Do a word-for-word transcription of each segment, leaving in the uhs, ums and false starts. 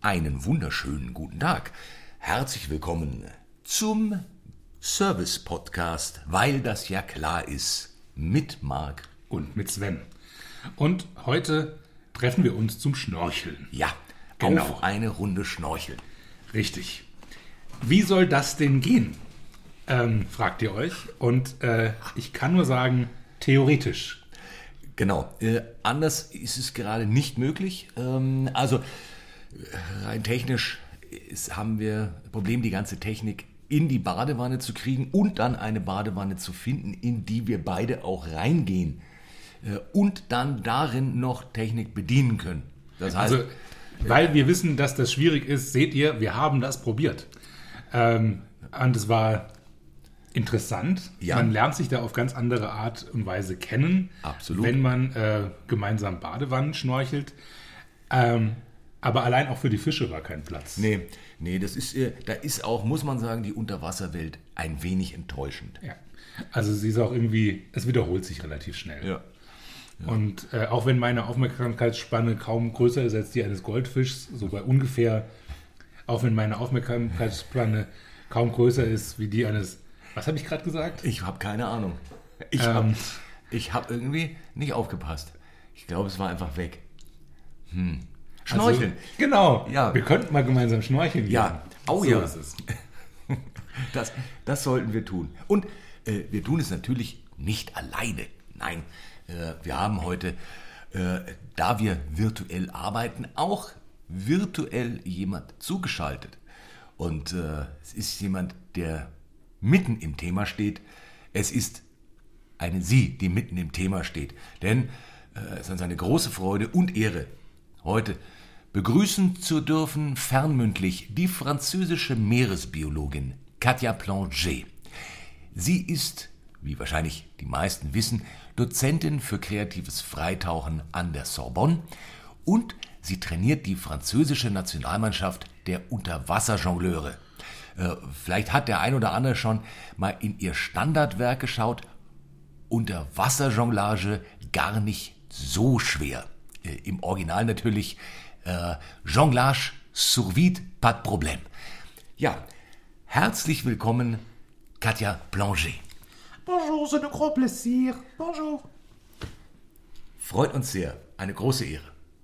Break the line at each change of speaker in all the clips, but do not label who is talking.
einen wunderschönen guten Tag. Herzlich willkommen zum Service-Podcast, weil das ja klar ist, mit Marc
und mit Sven. Und heute treffen wir uns zum Schnorcheln.
Ja,
genau.
Auf eine Runde Schnorcheln.
Richtig. Wie soll das denn gehen? Ähm, fragt ihr euch. Und äh, ich kann nur sagen, theoretisch.
Genau. Äh, anders ist es gerade nicht möglich. Ähm, also rein technisch ist, haben wir das Problem, die ganze Technik in die Badewanne zu kriegen und dann eine Badewanne zu finden, in die wir beide auch reingehen äh, und dann darin noch Technik bedienen können. Das heißt,
also, weil wir wissen, dass das schwierig ist, seht ihr, wir haben das probiert. Ähm, und es war interessant.
Ja.
Man lernt sich da auf ganz andere Art und Weise kennen,
Absolut.
wenn man äh, gemeinsam Badewannen schnorchelt. Ähm, aber allein auch für die Fische war kein Platz.
Nee, nee, das ist, äh, da ist auch, muss man sagen, die Unterwasserwelt ein wenig enttäuschend.
Ja. Also sie ist auch irgendwie, es wiederholt sich relativ schnell.
Ja. Ja.
Und äh, auch wenn meine Aufmerksamkeitsspanne kaum größer ist als die eines Goldfischs, so bei ungefähr, auch wenn meine Aufmerksamkeitsspanne kaum größer ist wie die eines, was habe ich gerade gesagt?
Ich habe keine Ahnung. Ich
Ähm.
habe ich hab irgendwie nicht aufgepasst. Ich glaube, es war einfach weg. Hm. Schnorcheln.
Also, genau.
Ja.
Wir könnten mal gemeinsam schnorcheln gehen.
Ja. Oh
so
ja.
Ist es.
Das, das sollten wir tun. Und äh, wir tun es natürlich nicht alleine. Nein, äh, wir haben heute, äh, da wir virtuell arbeiten, auch virtuell jemand zugeschaltet. Und äh, es ist jemand, der mitten im Thema steht. Es ist eine Sie, die mitten im Thema steht. Denn äh, es ist uns eine große Freude und Ehre, heute begrüßen zu dürfen, fernmündlich, die französische Meeresbiologin Katja Planger. Sie ist, wie wahrscheinlich die meisten wissen, Dozentin für kreatives Freitauchen an der Sorbonne und sie trainiert die französische Nationalmannschaft der Unterwasserjongleure. Äh, vielleicht hat der ein oder andere schon mal in ihr Standardwerk geschaut. Unterwasserjonglage gar nicht so schwer. Äh, Im Original natürlich äh, Jonglage sur vide, pas de problème. Ja, herzlich willkommen, Katja Planger.
Bonjour, c'est un grand plaisir. Bonjour.
Freut uns sehr, eine große Ehre.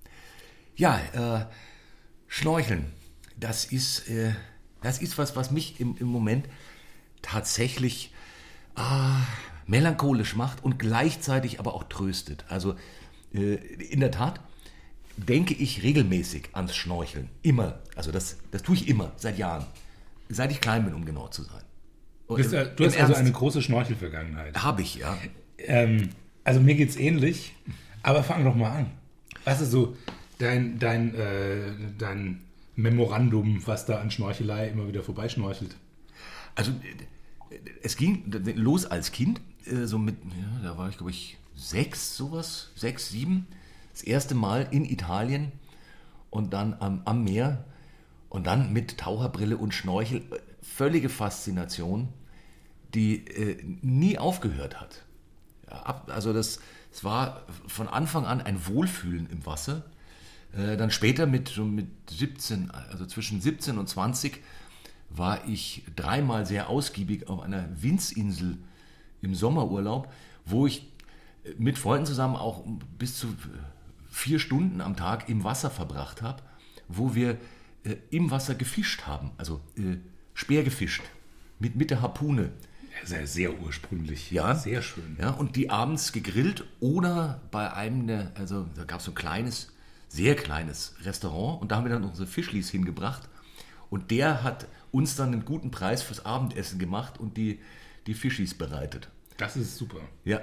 Ja, äh, Schnorcheln, das ist, äh, das ist was, was mich im, im Moment tatsächlich äh, melancholisch macht und gleichzeitig aber auch tröstet. Also äh, in der Tat denke ich regelmäßig ans Schnorcheln. Immer. Also das, das tue ich immer, seit Jahren. Seit ich klein bin, um genau zu sein.
Du hast,
Im-
du
im
hast also
Ernst.
eine große Schnorchelvergangenheit.
Habe ich, ja.
Ähm, also mir geht's ähnlich, aber fang doch mal an. Was ist so dein, dein, äh, dein Memorandum, was da an Schnorchelei immer wieder vorbeischnorchelt?
Also äh, es ging los als Kind, äh, so mit, ja, da war ich glaube ich sechs, sowas, sechs, sieben. Das erste Mal in Italien und dann am, am Meer und dann mit Taucherbrille und Schnorchel. Äh, Völlige Faszination, die äh, nie aufgehört hat. Ja, ab, also das, es war von Anfang an ein Wohlfühlen im Wasser. Äh, dann später mit, so mit siebzehn, also zwischen siebzehn und zwanzig, war ich dreimal sehr ausgiebig auf einer Winzinsel im Sommerurlaub, wo ich mit Freunden zusammen auch bis zu vier Stunden am Tag im Wasser verbracht habe, wo wir äh, im Wasser gefischt haben, also äh, Speer gefischt, mit, mit der Harpune.
Sehr, sehr ursprünglich.
Ja.
Sehr schön.
Ja, und die abends gegrillt oder bei einem, der, also da gab es so ein kleines, sehr kleines Restaurant und da haben wir dann unsere Fischlis hingebracht und der hat uns dann einen guten Preis fürs Abendessen gemacht und die, die Fischis bereitet.
Das ist super.
Ja.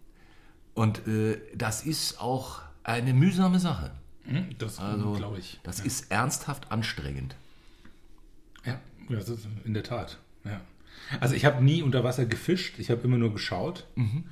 Und äh, das ist auch eine mühsame Sache.
Hm, Das
Also,
glaube ich.
das
ja.
ist ernsthaft anstrengend.
Ja, das ist in der Tat. Ja. Also ich habe nie unter Wasser gefischt, ich habe immer nur geschaut.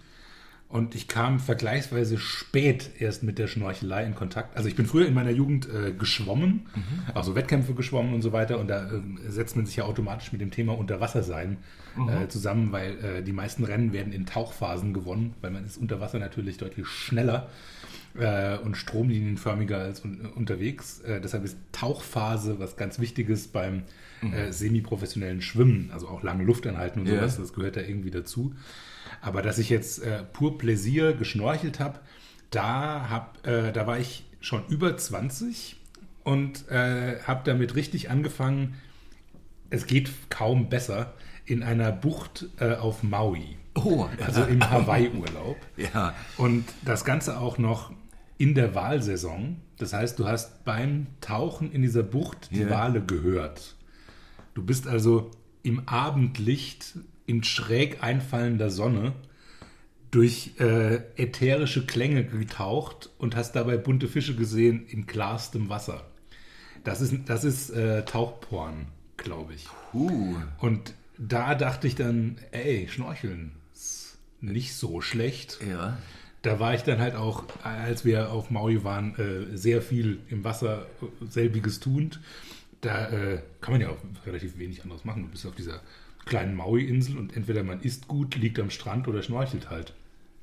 Und ich kam vergleichsweise spät erst mit der Schnorchelei in Kontakt. Also ich bin früher in meiner Jugend äh, geschwommen, also Wettkämpfe geschwommen und so weiter. Und da äh, setzt man sich ja automatisch mit dem Thema Unterwassersein äh, zusammen, weil äh, die meisten Rennen werden in Tauchphasen gewonnen, weil man ist unter Wasser natürlich deutlich schneller. äh, und stromlinienförmiger als un- unterwegs. Äh, deshalb ist Tauchphase was ganz Wichtiges beim mhm. äh, semi-professionellen Schwimmen, also auch lange Luft anhalten und
ja.
sowas, das gehört da irgendwie dazu. Aber dass ich jetzt äh, pur Pläsier geschnorchelt habe, da, hab, äh, da war ich schon über zwanzig und äh, habe damit richtig angefangen, es geht kaum besser, in einer Bucht äh, auf Maui.
Oh,
also im Hawaii-Urlaub.
Ja.
Und das Ganze auch noch in der Walsaison. Das heißt, du hast beim Tauchen in dieser Bucht die
Ja.
Wale gehört. Du bist also im Abendlicht in schräg einfallender Sonne durch äh, ätherische Klänge getaucht und hast dabei bunte Fische gesehen in klarstem Wasser. Das ist, das ist äh, Tauchporn, glaube ich.
Uh.
Und da dachte ich dann, ey, Schnorcheln ist nicht so schlecht.
Ja.
Da war ich dann halt auch, als wir auf Maui waren, äh, sehr viel im Wasser äh, selbiges tuend. Da äh, kann man ja auch relativ wenig anderes machen. Du bist auf dieser kleinen Maui-Insel und entweder man isst gut, liegt am Strand oder schnorchelt halt.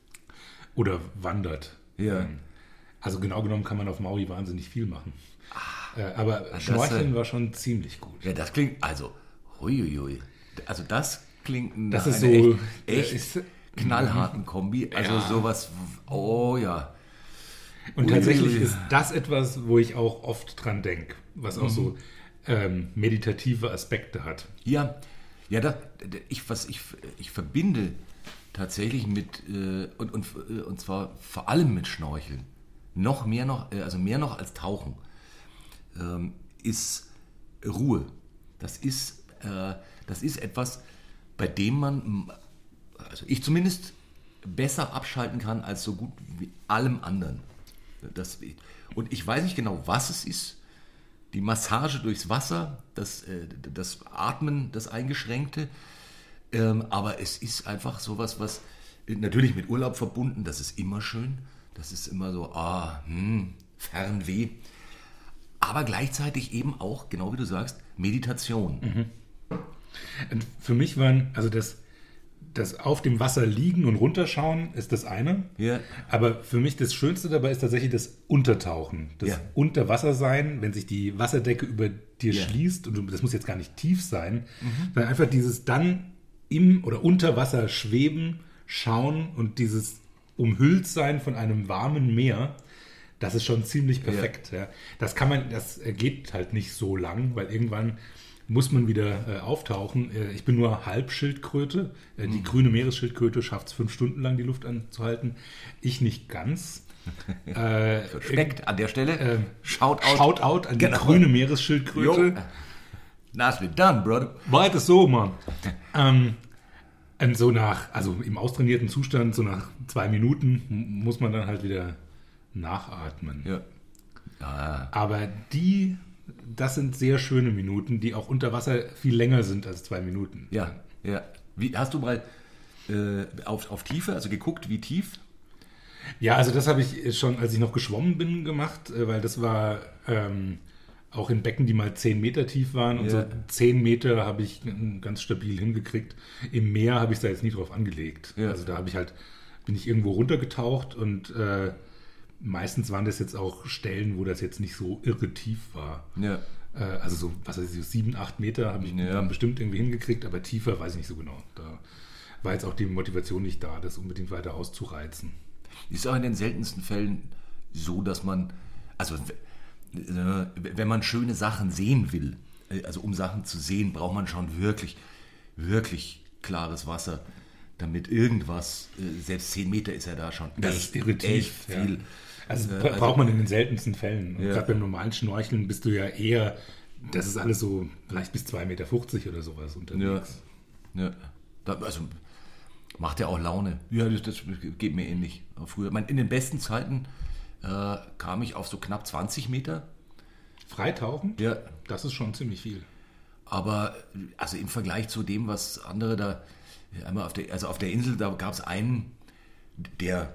Oder wandert.
Ja.
Ähm, Also genau genommen kann man auf Maui wahnsinnig viel machen. Äh, aber
das,
Schnorcheln
äh,
war schon ziemlich gut.
Ja, das klingt, also, huiuiui. Also das klingt nach
Das ist
einer
so-
echt, echt
ist-
knallharten Kombi. Also
Ja.
sowas, oh ja.
Und
Ui,
tatsächlich
ui.
ist das etwas, wo ich auch oft dran denke, was auch
Mhm.
so ähm, meditative Aspekte hat.
Ja, ja, da, da- ich, was ich, ich verbinde tatsächlich mit, äh, und, und, äh, und zwar vor allem mit Schnorcheln, noch mehr noch, äh, also mehr noch als Tauchen, ähm, ist Ruhe. Das ist, äh, das ist etwas, bei dem man, also ich zumindest, besser abschalten kann als so gut wie allem anderen. Das, und ich weiß nicht genau, was es ist. Die Massage durchs Wasser, das, äh, das Atmen, das Eingeschränkte. Ähm, aber es ist einfach sowas, was äh, natürlich mit Urlaub verbunden, das ist immer schön. Das ist immer so, ah, hm, Fernweh. Aber gleichzeitig eben auch, genau wie du sagst, Meditation.
Und für mich waren, also das, das auf dem Wasser liegen und runterschauen ist das eine.
Ja.
Aber für mich das Schönste dabei ist tatsächlich das Untertauchen. Das
Ja.
Unterwassersein, wenn sich die Wasserdecke über dir
Ja.
schließt, und du- das muss jetzt gar nicht tief sein, sondern einfach dieses dann im oder unter Wasser schweben, schauen und dieses Umhülltsein von einem warmen Meer, das ist schon ziemlich perfekt. Ja. Das kann man, das geht halt nicht so lang, weil irgendwann muss man wieder äh, auftauchen. Äh, ich bin nur Halbschildkröte. Äh, die grüne Meeresschildkröte schafft es fünf Stunden lang, die Luft anzuhalten. Ich nicht ganz. Äh,
Respekt an der Stelle.
Ähm,
Shout out.
Shout out an die
Genau.
grüne Meeresschildkröte.
Jo. Nicely done, brother.
Weiter so, Mann. ähm, und so nach, also im austrainierten Zustand, so nach zwei Minuten m- muss man dann halt wieder nachatmen.
Ja. Ja.
Aber die, das sind sehr schöne Minuten, die auch unter Wasser viel länger sind als zwei Minuten.
Ja, ja. Wie, hast du mal äh, auf, auf Tiefe, also geguckt, wie tief?
Ja, also das habe ich schon, als ich noch geschwommen bin, gemacht, äh, weil das war ähm, auch in Becken, die mal zehn Meter tief waren. Und
Ja.
so zehn Meter habe ich äh, ganz stabil hingekriegt. Im Meer habe ich da jetzt nie drauf angelegt.
Ja.
Also da habe ich halt, bin ich irgendwo runtergetaucht und äh, meistens waren das jetzt auch Stellen, wo das jetzt nicht so irre tief war.
Ja.
Äh, also so, was weiß ich, so sieben, acht Meter habe ich
Ja.
dann bestimmt irgendwie hingekriegt, aber tiefer weiß ich nicht so genau. Da war jetzt auch die Motivation nicht da, das unbedingt weiter auszureizen.
Ist auch in den seltensten Fällen so, dass man, also äh, wenn man schöne Sachen sehen will, äh, also um Sachen zu sehen, braucht man schon wirklich, wirklich klares Wasser, damit irgendwas, äh, selbst zehn Meter ist ja da schon
Das
echt,
ist irritief,
echt
ja.
viel.
Also,
Äh,
bra- braucht man in den seltensten Fällen. Und
Ja.
gerade beim normalen Schnorcheln bist du ja eher, das ist alles so vielleicht bis zwei Meter fünfzig oder sowas
Ja,
unterwegs.
ja. Da, also macht ja auch Laune. Ja, das, das geht mir ähnlich. Früher, mein, in den besten Zeiten äh, kam ich auf so knapp zwanzig Meter.
Freitauchen?
Ja,
Das ist schon ziemlich viel.
aber also im Vergleich zu dem, was andere da, einmal auf der, also auf der Insel, da gab es einen, der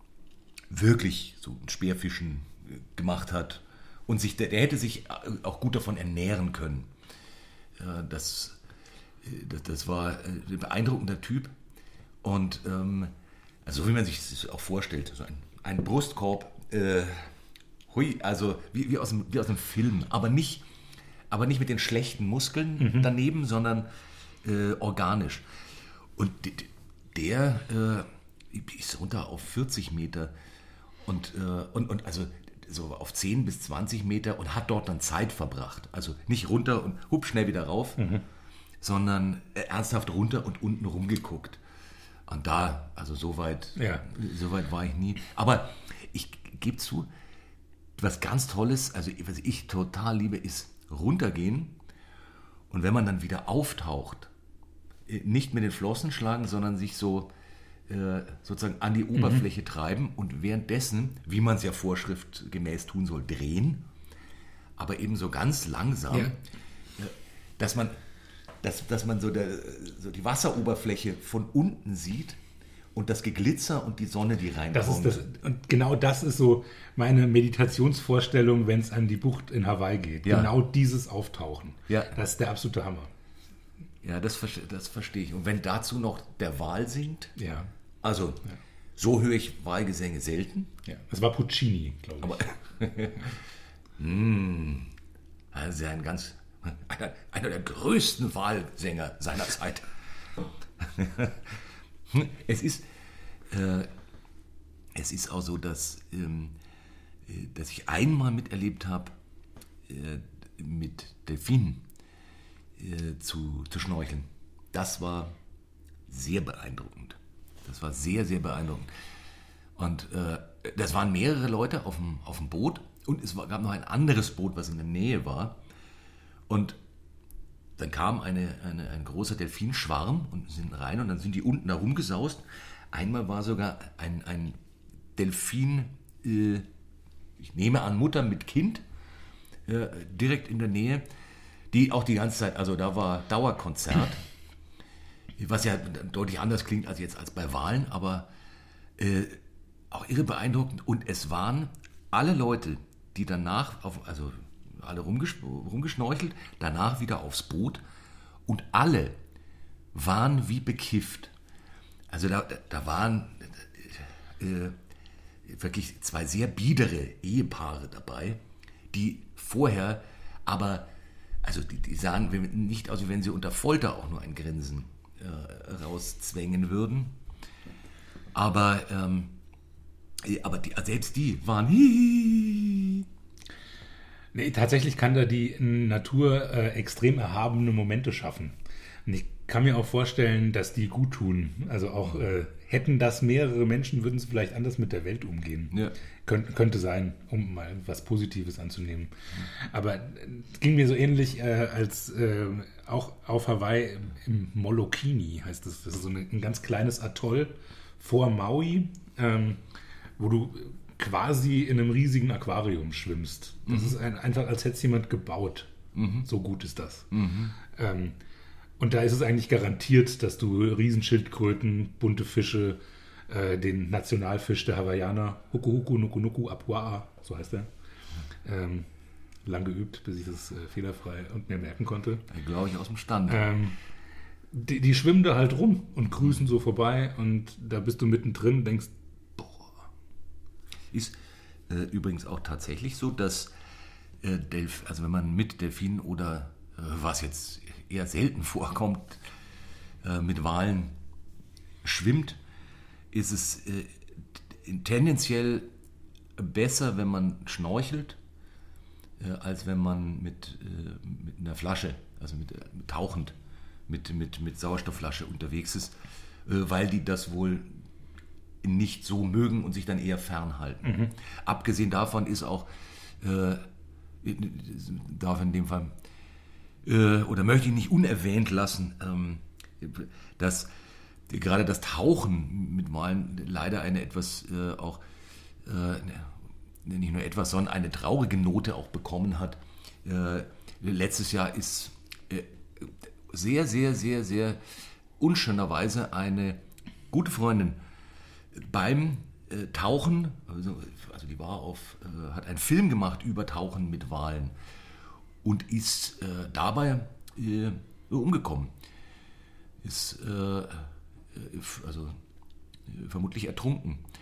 wirklich so ein Speerfischen äh, gemacht hat und sich, der, der hätte sich auch gut davon ernähren können. Ja, das, äh, das, das war ein beeindruckender Typ und ähm, also so wie man sich das auch vorstellt, so ein, ein Brustkorb, äh, hui, also wie, wie, aus dem, wie aus einem Film, aber nicht, aber nicht mit den schlechten Muskeln mhm. daneben, sondern äh, organisch. Und d- der äh, ist runter auf vierzig Meter und, äh, und, und also so auf zehn bis zwanzig Meter und hat dort dann Zeit verbracht. Also nicht runter und hup, schnell wieder rauf, mhm. sondern ernsthaft runter und unten rumgeguckt. Und da, also so weit,
ja.
so weit war ich nie. Aber ich gebe zu, was ganz Tolles, also was ich total liebe, ist runtergehen und wenn man dann wieder auftaucht, nicht mit den Flossen schlagen, sondern sich so äh, sozusagen an die Oberfläche mhm. treiben und währenddessen, wie man es ja vorschriftgemäß tun soll, drehen, aber eben so ganz langsam, ja. dass man, dass, dass man so, der, so die Wasseroberfläche von unten sieht und das Geglitzer und die Sonne, die reinkommt.
Das ist das, und genau das ist so meine Meditationsvorstellung, wenn es an die Bucht in Hawaii geht. Ja. Genau dieses Auftauchen.
Ja.
Das ist der absolute Hammer.
Ja, das, das verstehe ich. Und wenn dazu noch der Wal singt,
ja.
also ja. so höre ich Walgesänge selten.
Ja. Das war Puccini, glaube ich.
Aber mm, also ein ganz, einer, einer der größten Walsänger seiner Zeit. Es ist, äh, es ist auch so, dass, ähm, dass ich einmal miterlebt habe, äh, mit Delfinen äh, zu, zu schnorcheln. Das war sehr beeindruckend. Das war sehr, sehr beeindruckend. Und äh, das waren mehrere Leute auf dem, auf dem Boot und es war, gab noch ein anderes Boot, was in der Nähe war. Und dann kam eine, eine, ein großer Delfinschwarm und sind rein und dann sind die unten da rumgesaust. Einmal war sogar ein, ein Delfin, äh, ich nehme an Mutter mit Kind, äh, direkt in der Nähe, die auch die ganze Zeit, also da war Dauerkonzert, was ja deutlich anders klingt als jetzt als bei Walen, aber äh, auch irre beeindruckend. Und es waren alle Leute, die danach, auf, also alle rumgesch- rumgeschnorchelt, danach wieder aufs Boot und alle waren wie bekifft. Also da, da waren äh, wirklich zwei sehr biedere Ehepaare dabei, die vorher aber, also die, die sahen nicht aus, wie wenn sie unter Folter auch nur ein Grinsen äh, rauszwängen würden. Aber, ähm, aber die, selbst die waren hihihi.
Nee, tatsächlich kann da die Natur äh, extrem erhabene Momente schaffen. Und ich kann mir auch vorstellen, dass die gut tun. Also auch äh, hätten das mehrere Menschen, würden sie vielleicht anders mit der Welt umgehen.
Ja.
Könnt, könnte sein, um mal was Positives anzunehmen. Aber es ging mir so ähnlich, äh, als äh, auch auf Hawaii im Molokini heißt es. Das. das ist so eine, ein ganz kleines Atoll vor Maui, ähm, wo du quasi in einem riesigen Aquarium schwimmst. Das mhm. ist ein, einfach, als hätte es jemand gebaut. Mhm. So gut ist das. Mhm. Ähm, und da ist es eigentlich garantiert, dass du Riesenschildkröten, bunte Fische, äh, den Nationalfisch der Hawaiianer, Huku Huku Nuku Nuku Apua'a, so heißt er, ähm, lang geübt, bis ich das äh, fehlerfrei und mir merken konnte.
Glaube ich aus dem Stand.
Ähm, die, die schwimmen da halt rum und grüßen so vorbei und da bist du mittendrin und denkst,
ist äh, übrigens auch tatsächlich so, dass äh, Delf, also wenn man mit Delfinen oder äh, was jetzt eher selten vorkommt, äh, mit Walen schwimmt, ist es äh, tendenziell besser, wenn man schnorchelt, äh, als wenn man mit, äh, mit einer Flasche, also mit, äh, mit tauchend, mit, mit, mit Sauerstoffflasche unterwegs ist, äh, weil die das wohl nicht so mögen und sich dann eher fernhalten. Mhm. Abgesehen davon ist auch, äh, darf in dem Fall, äh, oder möchte ich nicht unerwähnt lassen, ähm, dass gerade das Tauchen mit Walen leider eine etwas, äh, auch, äh, nicht nur etwas, sondern eine traurige Note auch bekommen hat. Äh, letztes Jahr ist äh, sehr, sehr, sehr, sehr unschönerweise eine gute Freundin beim äh, Tauchen, also, also die war auf, äh, hat einen Film gemacht über Tauchen mit Walen und ist äh, dabei äh, umgekommen. Ist äh, also äh, vermutlich ertrunken.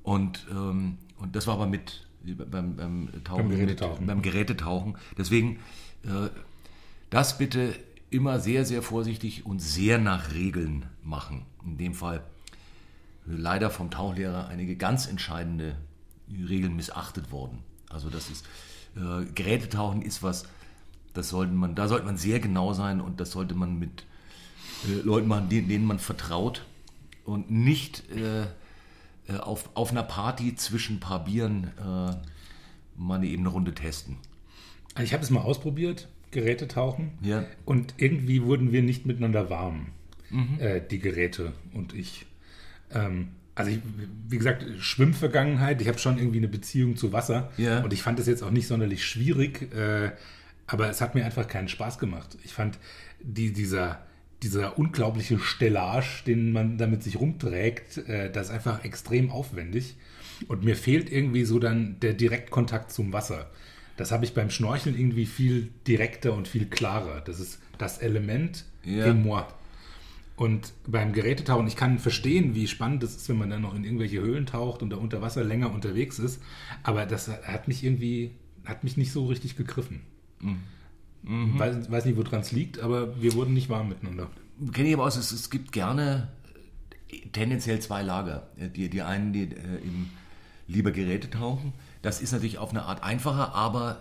Und, ähm, und das war aber mit beim, beim Tauchen,
Beim Gerätetauchen.
Mit, beim Gerätetauchen. Deswegen äh, das bitte immer sehr, sehr vorsichtig und sehr nach Regeln machen. In dem Fall leider vom Tauchlehrer einige ganz entscheidende Regeln missachtet worden. Also das ist, äh, Gerätetauchen ist was, das sollte man, da sollte man sehr genau sein und das sollte man mit äh, Leuten machen, denen, denen man vertraut und nicht äh, äh, auf, auf einer Party zwischen ein paar Bieren äh, mal eben eine Runde testen.
Also ich habe es mal ausprobiert, Gerätetauchen.
Ja.
Und irgendwie wurden wir nicht miteinander warm, mhm. äh, die Geräte und ich. Ähm, also ich, wie gesagt, Schwimmvergangenheit, ich habe schon irgendwie eine Beziehung zu Wasser.
Ja.
Und ich fand es jetzt auch nicht sonderlich schwierig, äh, aber es hat mir einfach keinen Spaß gemacht. Ich fand die, dieser, dieser unglaubliche Stellage, den man damit sich rumträgt, äh, das ist einfach extrem aufwendig. Und mir fehlt irgendwie so dann der Direktkontakt zum Wasser. Das habe ich beim Schnorcheln irgendwie viel direkter und viel klarer. Das ist das Element
Ja.
et moi. Und beim Gerätetauchen, ich kann verstehen, wie spannend es ist, wenn man dann noch in irgendwelche Höhlen taucht und da unter Wasser länger unterwegs ist. Aber das hat mich irgendwie, hat mich nicht so richtig gegriffen. Mhm. Weiß, weiß nicht, woran es liegt, aber wir wurden nicht warm miteinander.
Kenne ich aber aus, es, es gibt gerne tendenziell zwei Lager. Die, die einen, die äh, im lieber Geräte tauchen. Das ist natürlich auf eine Art einfacher, aber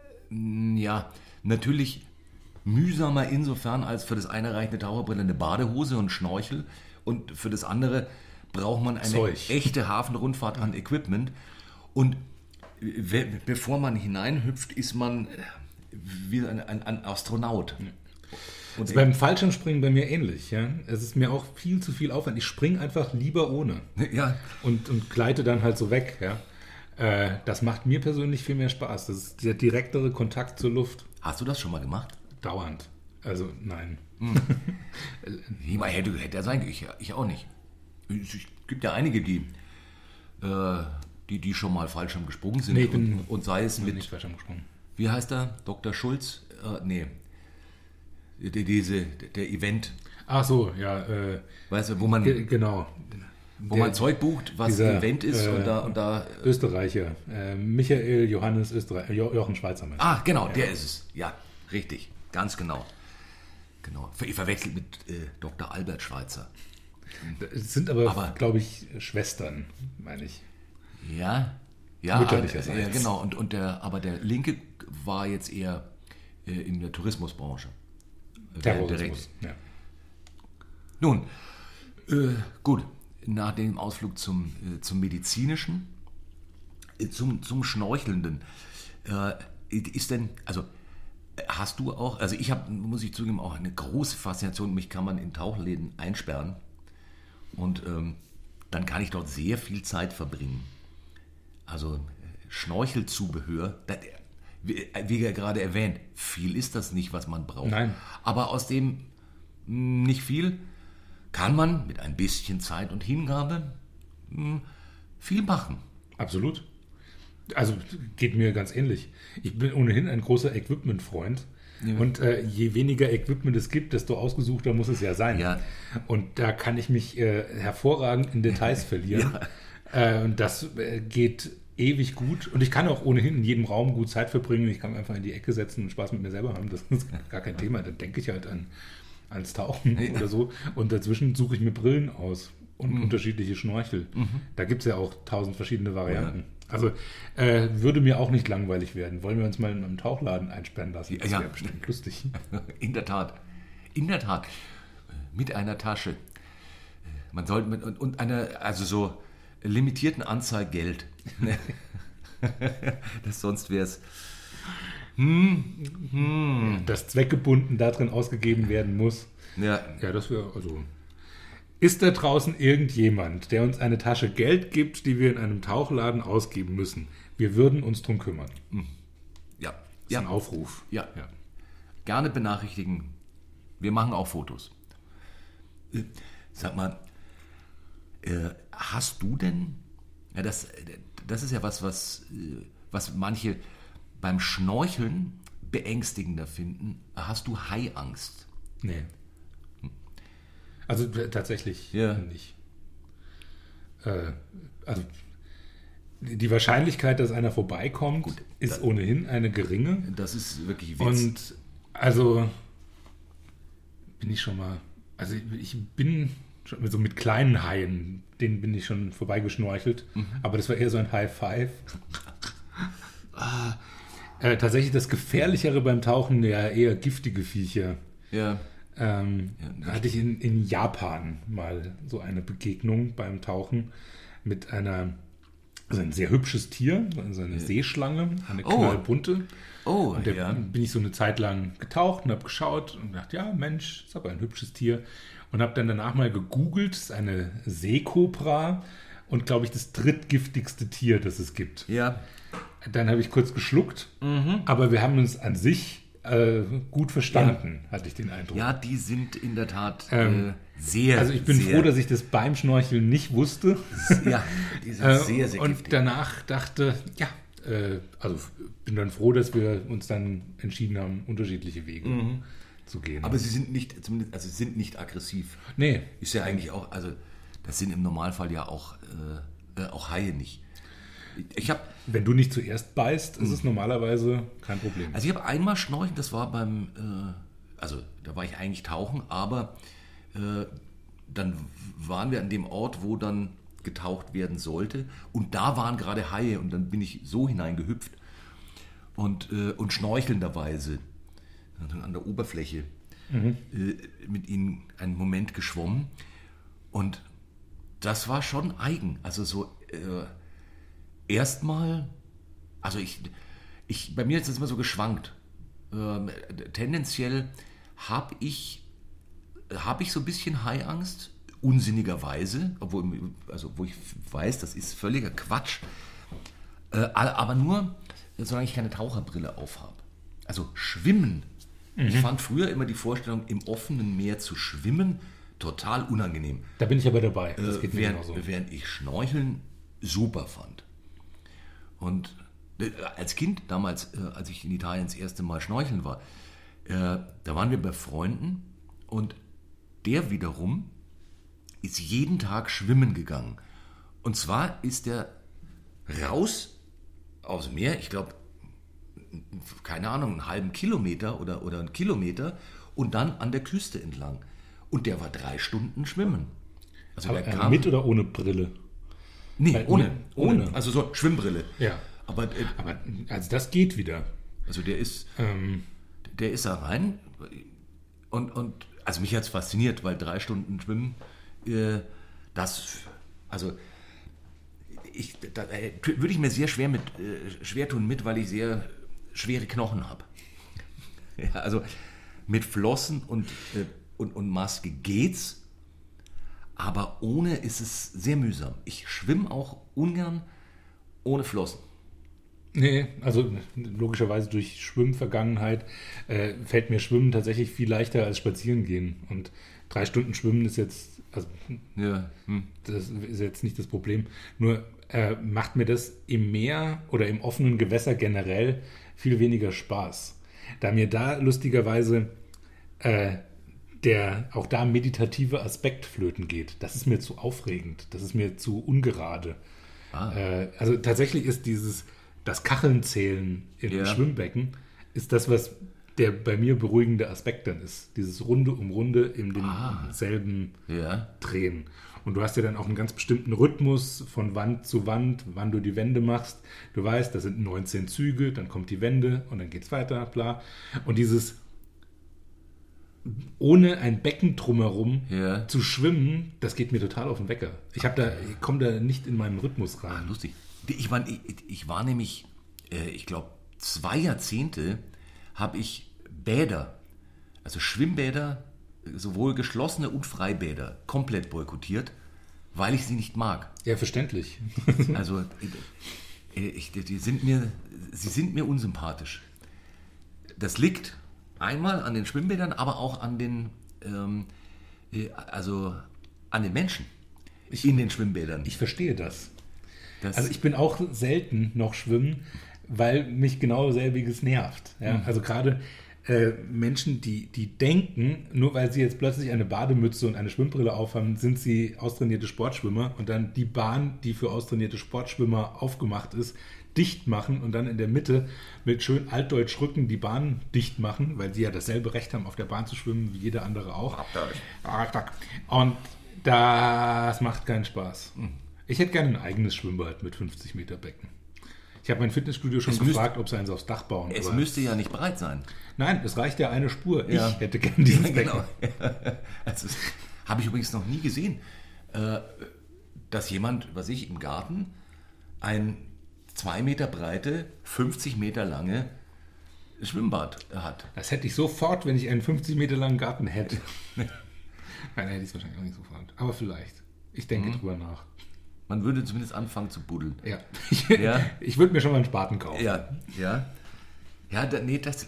mh, ja, natürlich mühsamer insofern, als für das eine reicht eine Taucherbrille, eine Badehose und Schnorchel und für das andere braucht man eine
Zeug.
echte Hafenrundfahrt an Equipment und we- bevor man hineinhüpft, ist man wie ein, ein, ein Astronaut. Und
Das ist beim Fallschirmspringen bei mir ähnlich. Ja? Es ist mir auch viel zu viel Aufwand. Ich springe einfach lieber ohne
ja,
und, und gleite dann halt so weg. Ja? Äh, das macht mir persönlich viel mehr Spaß. Das ist der direktere Kontakt zur Luft.
hast du das schon mal gemacht?
Dauernd. Also nein.
Wie mal hätte, hätte er sein können. Ich, ich auch nicht. Es gibt ja einige, die, äh, die, die schon mal Fallschirm gesprungen sind.
Nee, ich bin-
und, und sei es
Mit
mit,
nicht Fallschirm gesprungen.
wie heißt er? Doktor Schulz? Äh, nee. Die, diese, der Event,
Ach so, ja. Äh,
weißt du, wo man,
ge- genau.
wo
Der-
man Zeug bucht, was
dieser,
ein Event ist
äh,
und da, und da
Österreicher. Äh, Michael Johannes Österreich, jo- Jochen Schweizer. meinst du?
ah, genau, der ist es. Ja, richtig, ganz genau. Genau. Ich verwechselt mit äh, Doktor Albert Schweitzer.
Es sind aber,
Aber-
glaube ich, Schwestern, meine ich.
Ja, ja,
Mütterlicherseits.
äh, ja genau. Und, und der, aber der Linke war jetzt eher äh, in der Tourismusbranche. Äh,
Terrorismus.
direkt.
Ja.
Nun, äh, gut, nach dem Ausflug zum, äh, zum Medizinischen, äh, zum, zum Schnorchelnden, äh, ist denn, also äh, hast du auch, also ich habe, muss ich zugeben, auch eine große Faszination, mich kann man in Tauchläden einsperren und ähm, dann kann ich dort sehr viel Zeit verbringen. Also äh, Schnorchelzubehör, das, wie, wie gerade erwähnt, viel ist das nicht, was man braucht.
Nein.
Aber aus dem mh, nicht viel kann man mit ein bisschen Zeit und Hingabe mh, viel machen.
Absolut. Also geht mir ganz ähnlich. Ich bin ohnehin ein großer Equipment-Freund.
Ja.
Und äh, je weniger Equipment es gibt, desto ausgesuchter muss es ja sein.
Ja.
Und da kann ich mich äh, hervorragend in Details verlieren. Äh, und das äh, geht ewig gut. Und ich kann auch ohnehin in jedem Raum gut Zeit verbringen. Ich kann mich einfach in die Ecke setzen und Spaß mit mir selber haben. Das ist gar kein Thema. Dann denke ich halt an ans Tauchen
Ja.
oder so. Und dazwischen suche ich mir Brillen aus und
Mhm.
unterschiedliche Schnorchel. Da gibt es ja auch tausend verschiedene Varianten. Also äh, würde mir auch nicht langweilig werden. Wollen wir uns mal in einem Tauchladen einsperren lassen? Das
Ja.
wäre bestimmt lustig.
In der Tat. In der Tat. Mit einer Tasche. Man sollte mit, und, und einer, also so limitierten Anzahl Geld. das sonst wäre es.
Das zweckgebunden darin ausgegeben werden muss.
Ja,
Ja, das wäre also. Ist da draußen irgendjemand, der uns eine Tasche Geld gibt, die wir in einem Tauchladen ausgeben müssen? Wir würden uns drum kümmern.
ja,
Das ist
ja.
ein Aufruf.
Ja.
Ja.
Gerne benachrichtigen. Wir machen auch Fotos. Äh, Sag mal, äh, hast du denn, ja, das, das ist ja was, was, äh, was manche beim Schnorcheln beängstigender finden. Hast du Haiangst?
Nee. Also t- tatsächlich
Ja.
nicht. Äh, also Die Wahrscheinlichkeit, dass einer vorbeikommt,
Gut,
ist
da-
ohnehin eine geringe.
Das ist wirklich Witz.
Und also bin ich schon mal, also ich bin schon so mit kleinen Haien, denen bin ich schon vorbeigeschnorchelt,
Mhm.
aber das war eher so ein High Five. ah, äh, tatsächlich das Gefährlichere beim Tauchen, ja eher giftige Viecher.
ja.
Ähm,
Ja,
hatte ich in, in Japan mal so eine Begegnung beim Tauchen mit einer, also ein sehr hübsches Tier, also eine Seeschlange, eine
Oh.
knallbunte.
Oh,
Und da
ja.
bin ich so eine Zeit lang getaucht und habe geschaut und gedacht, ja Mensch, ist aber ein hübsches Tier. Und habe dann danach mal gegoogelt, es ist eine Seekobra und glaube ich das drittgiftigste Tier, das es gibt.
Ja.
Dann habe ich kurz geschluckt,
Mhm.
aber wir haben uns an sich äh, gut verstanden, hatte ich den Eindruck.
Ja, die sind in der Tat
Ähm,
äh, sehr,
Also ich bin
sehr,
froh, dass ich das beim Schnorcheln nicht wusste.
Ja, die sind
Äh,
sehr, sehr
und
giftig.
danach dachte, ja, äh, also f- bin dann froh, dass wir uns dann entschieden haben, unterschiedliche Wege zu gehen.
Mhm. Aber sie sind nicht, zumindest, also sie sind nicht aggressiv.
nee,
Ist ja eigentlich auch, also das sind im Normalfall ja auch, äh, äh, auch Haie nicht. Ich habe
wenn du nicht zuerst beißt, ist es normalerweise kein Problem.
Also ich habe einmal schnorcheln, das war beim, äh, also da war ich eigentlich tauchen, aber äh, dann waren wir an dem Ort, wo dann getaucht werden sollte und da waren gerade Haie und dann bin ich so hineingehüpft und, äh, und schnorchelnderweise also an der Oberfläche äh, mit ihnen einen Moment geschwommen und das war schon eigen, also so äh, erstmal, also ich, ich, bei mir ist das immer so geschwankt. Ähm, tendenziell habe ich, habe ich so ein bisschen Haiangst, unsinnigerweise, obwohl, also wo ich weiß, das ist völliger Quatsch, äh, aber nur, solange ich keine Taucherbrille aufhabe. Also schwimmen. Ich fand früher immer die Vorstellung, im offenen Meer zu schwimmen, total unangenehm.
Da bin ich aber dabei. Das
Äh,
geht mir
während,
genauso.
während ich Schnorcheln super fand. Und äh, als Kind, damals, äh, als ich in Italien das erste Mal schnorcheln war, äh, da waren wir bei Freunden und der wiederum ist jeden Tag schwimmen gegangen. Und zwar ist er raus aus dem Meer, ich glaube, keine Ahnung, einen halben Kilometer oder, oder einen Kilometer und dann an der Küste entlang. Und der war drei Stunden schwimmen. Also
Aber,
der
äh,
kam,
mit oder ohne Brille?
nee,
Weil-
ohne, ohne,
ohne.
Also so Schwimmbrille.
Ja.
Aber äh,
Aber also das geht wieder.
also der ist,
Ähm,
der ist da rein und, und also mich hat es fasziniert, weil drei Stunden Schwimmen, äh, das, also ich, da äh, würde ich mir sehr schwer mit äh, schwer tun mit, weil ich sehr schwere Knochen habe. Ja, also mit Flossen und, äh, und, und Maske geht's, aber ohne ist es sehr mühsam. Ich schwimme auch ungern ohne Flossen.
Nee, also logischerweise durch Schwimmvergangenheit äh, fällt mir Schwimmen tatsächlich viel leichter als Spazierengehen. Und drei Stunden Schwimmen ist jetzt, also
Ja, hm.
das ist jetzt nicht das Problem. Nur äh, macht mir das im Meer oder im offenen Gewässer generell viel weniger Spaß. Da mir da lustigerweise äh, der auch da meditative Aspekt flöten geht. Das ist mir zu aufregend, das ist mir zu ungerade.
Ah.
Äh, also tatsächlich ist dieses, das Kacheln zählen im
Ja.
Schwimmbecken, ist das, was der bei mir beruhigende Aspekt dann ist. Dieses Runde um Runde in demselben
Ja.
Drehen. Und du hast ja dann auch einen ganz bestimmten Rhythmus von Wand zu Wand, wann du die Wende machst. Du weißt, das sind neunzehn Züge, dann kommt die Wende und dann geht's weiter, bla. Und dieses ohne ein Becken drumherum
Ja.
zu schwimmen, das geht mir total auf den Wecker. Ich habe da, ich komme da nicht in meinen Rhythmus
Ah,
rein.
lustig. Ich war, ich, ich war nämlich, äh, ich glaube, zwei Jahrzehnte habe ich Bäder, also Schwimmbäder, sowohl geschlossene und Freibäder, komplett boykottiert, weil ich sie nicht mag.
Ja, verständlich.
Also, äh, ich, die sind mir, sie sind mir unsympathisch. Das liegt einmal an den Schwimmbädern, aber auch an den, ähm, äh, also an den Menschen in den Schwimmbädern.
Ich verstehe das.
Das,
Also ich bin auch selten noch schwimmen, weil mich genau selbiges nervt. Ja? Also gerade äh, Menschen, die, die denken, nur weil sie jetzt plötzlich eine Bademütze und eine Schwimmbrille aufhaben, sind sie austrainierte Sportschwimmer und dann die Bahn, die für austrainierte Sportschwimmer aufgemacht ist, dicht machen und dann in der Mitte mit schön altdeutsch Rücken die Bahn dicht machen, weil sie ja dasselbe Recht haben, auf der Bahn zu schwimmen, wie jeder andere auch. Und das macht keinen Spaß. Ich hätte gerne ein eigenes Schwimmbad mit fünfzig Meter Becken. Ich habe mein Fitnessstudio schon
Es
gefragt, ob sie eins aufs Dach bauen.
Es
aber
müsste ja nicht breit sein.
nein, es reicht ja eine Spur.
Ja.
Ich hätte gerne dieses
Ja,
Becken.
genau. Also, das habe ich übrigens noch nie gesehen, äh, dass jemand, was ich, im Garten ein zwei Meter breite, fünfzig Meter lange Schwimmbad hat.
Das hätte ich sofort, wenn ich einen fünfzig Meter langen Garten hätte. Nein, hätte ich es wahrscheinlich auch nicht sofort. Aber vielleicht. Ich denke
Mhm.
drüber nach.
Man würde zumindest anfangen zu buddeln.
Ja. Ich,
Ja.
ich würde mir schon mal einen Spaten kaufen.
Ja, ja. Ja, da, nee, das...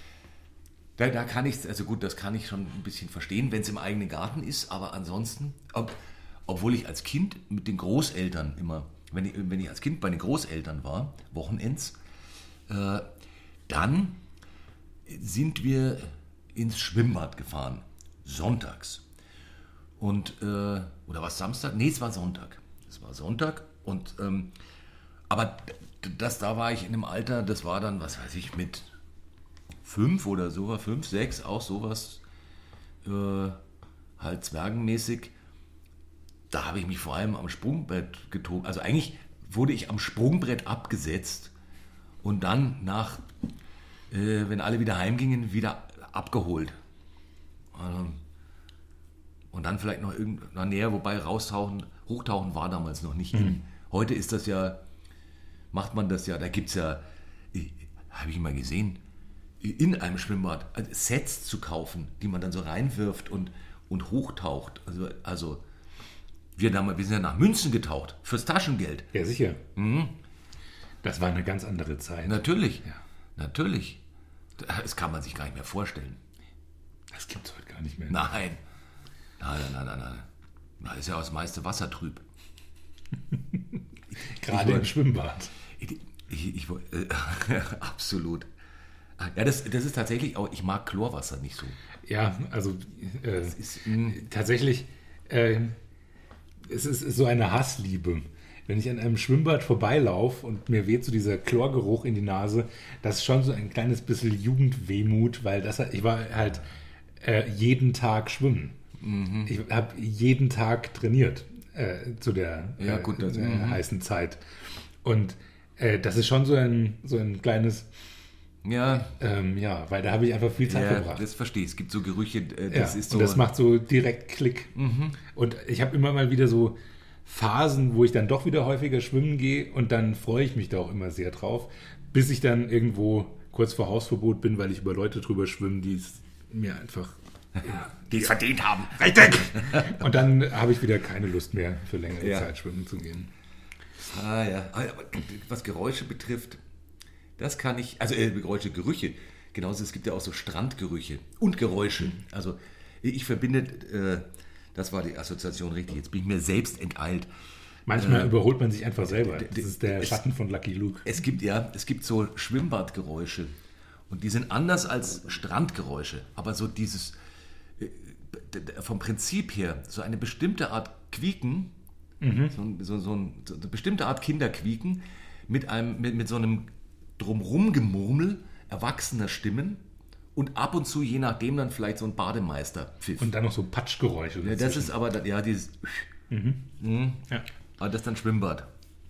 Da, da kann ich, also gut, das kann ich schon ein bisschen verstehen, wenn es im eigenen Garten ist, aber ansonsten, ob, obwohl ich als Kind mit den Großeltern immer, wenn ich, wenn ich als Kind bei den Großeltern war, Wochenends, äh, dann sind wir ins Schwimmbad gefahren, sonntags. Und, äh, oder was, Samstag? Nee, es war Sonntag. Es war Sonntag und, ähm, aber das, da war ich in einem Alter, das war dann, was weiß ich, mit fünf oder so, fünf, sechs, auch sowas, äh, halt zwergenmäßig. Da habe ich mich vor allem am Sprungbrett getobt. Also eigentlich wurde ich am Sprungbrett abgesetzt und dann nach, äh, wenn alle wieder heimgingen, wieder abgeholt. Ähm, und dann vielleicht noch irgendwann näher, wobei raustauchen, hochtauchen war damals noch nicht. Mhm. Heute ist das ja, macht man das ja, da gibt es ja, habe ich mal gesehen, in einem Schwimmbad Sets zu kaufen, die man dann so reinwirft und, und hochtaucht. Also, also wir, damals, wir sind ja nach Münzen getaucht, fürs Taschengeld.
Ja, sicher.
Mhm.
Das war eine ganz andere Zeit.
Natürlich,
Ja.
natürlich. Das kann man sich gar nicht mehr vorstellen.
Das gibt es heute gar nicht mehr.
Nein, nein, nein, nein, nein. Da ist ja das meiste Wasser trüb.
Gerade im Schwimmbad.
Ich, ich, ich, äh, absolut. Ja, das, das ist tatsächlich auch, ich mag Chlorwasser nicht so.
Ja, also äh,
Ist, mh,
tatsächlich, äh, es ist, ist so eine Hassliebe. Wenn ich an einem Schwimmbad vorbeilaufe und mir weht so dieser Chlorgeruch in die Nase, das ist schon so ein kleines bisschen Jugendwehmut, weil das, ich war halt äh, jeden Tag schwimmen. Mhm. Ich habe jeden Tag trainiert äh, zu der,
Ja,
äh,
gut, das-
äh,
mhm.
heißen Zeit. Und äh, das ist schon so ein, so ein kleines,
ja,
ähm, ja, weil da habe ich einfach viel Zeit
ja,
verbracht.
das verstehe ich. Es gibt so Gerüche, äh,
Ja,
das ist so.
und das macht so direkt Klick. Und ich habe immer mal wieder so Phasen, wo ich dann doch wieder häufiger schwimmen gehe und dann freue ich mich da auch immer sehr drauf, bis ich dann irgendwo kurz vor Hausverbot bin, weil ich über Leute drüber schwimme, die es mir einfach...
die es verdient haben.
Richtig! Und dann habe ich wieder keine Lust mehr, für längere
Ja.
Zeit schwimmen zu gehen.
Ah ja, aber was Geräusche betrifft, das kann ich, also äh, Geräusche, Gerüche, genauso, es gibt ja auch so Strandgerüche und Geräusche. Also ich verbinde, äh, das war die Assoziation richtig, jetzt bin ich mir selbst enteilt.
Manchmal
Äh,
überholt man sich einfach selber.
d- d-
Das ist der
es-
Schatten von Lucky Luke.
Es gibt ja, es gibt so Schwimmbadgeräusche und die sind anders als Strandgeräusche, aber so dieses, äh, d- d- vom Prinzip her, so eine bestimmte Art Quieken, so, ein- so, so, ein, so eine bestimmte Art Kinderquieken mit, einem, mit, mit so einem Drumrumgemurmel erwachsener Stimmen und ab und zu, je nachdem, dann vielleicht so ein Bademeisterpfiff.
Und dann noch so Patschgeräusche.
Ja, das
dazwischen.
ist aber, dann- ja, dieses,
Ja.
aber das ist dann Schwimmbad.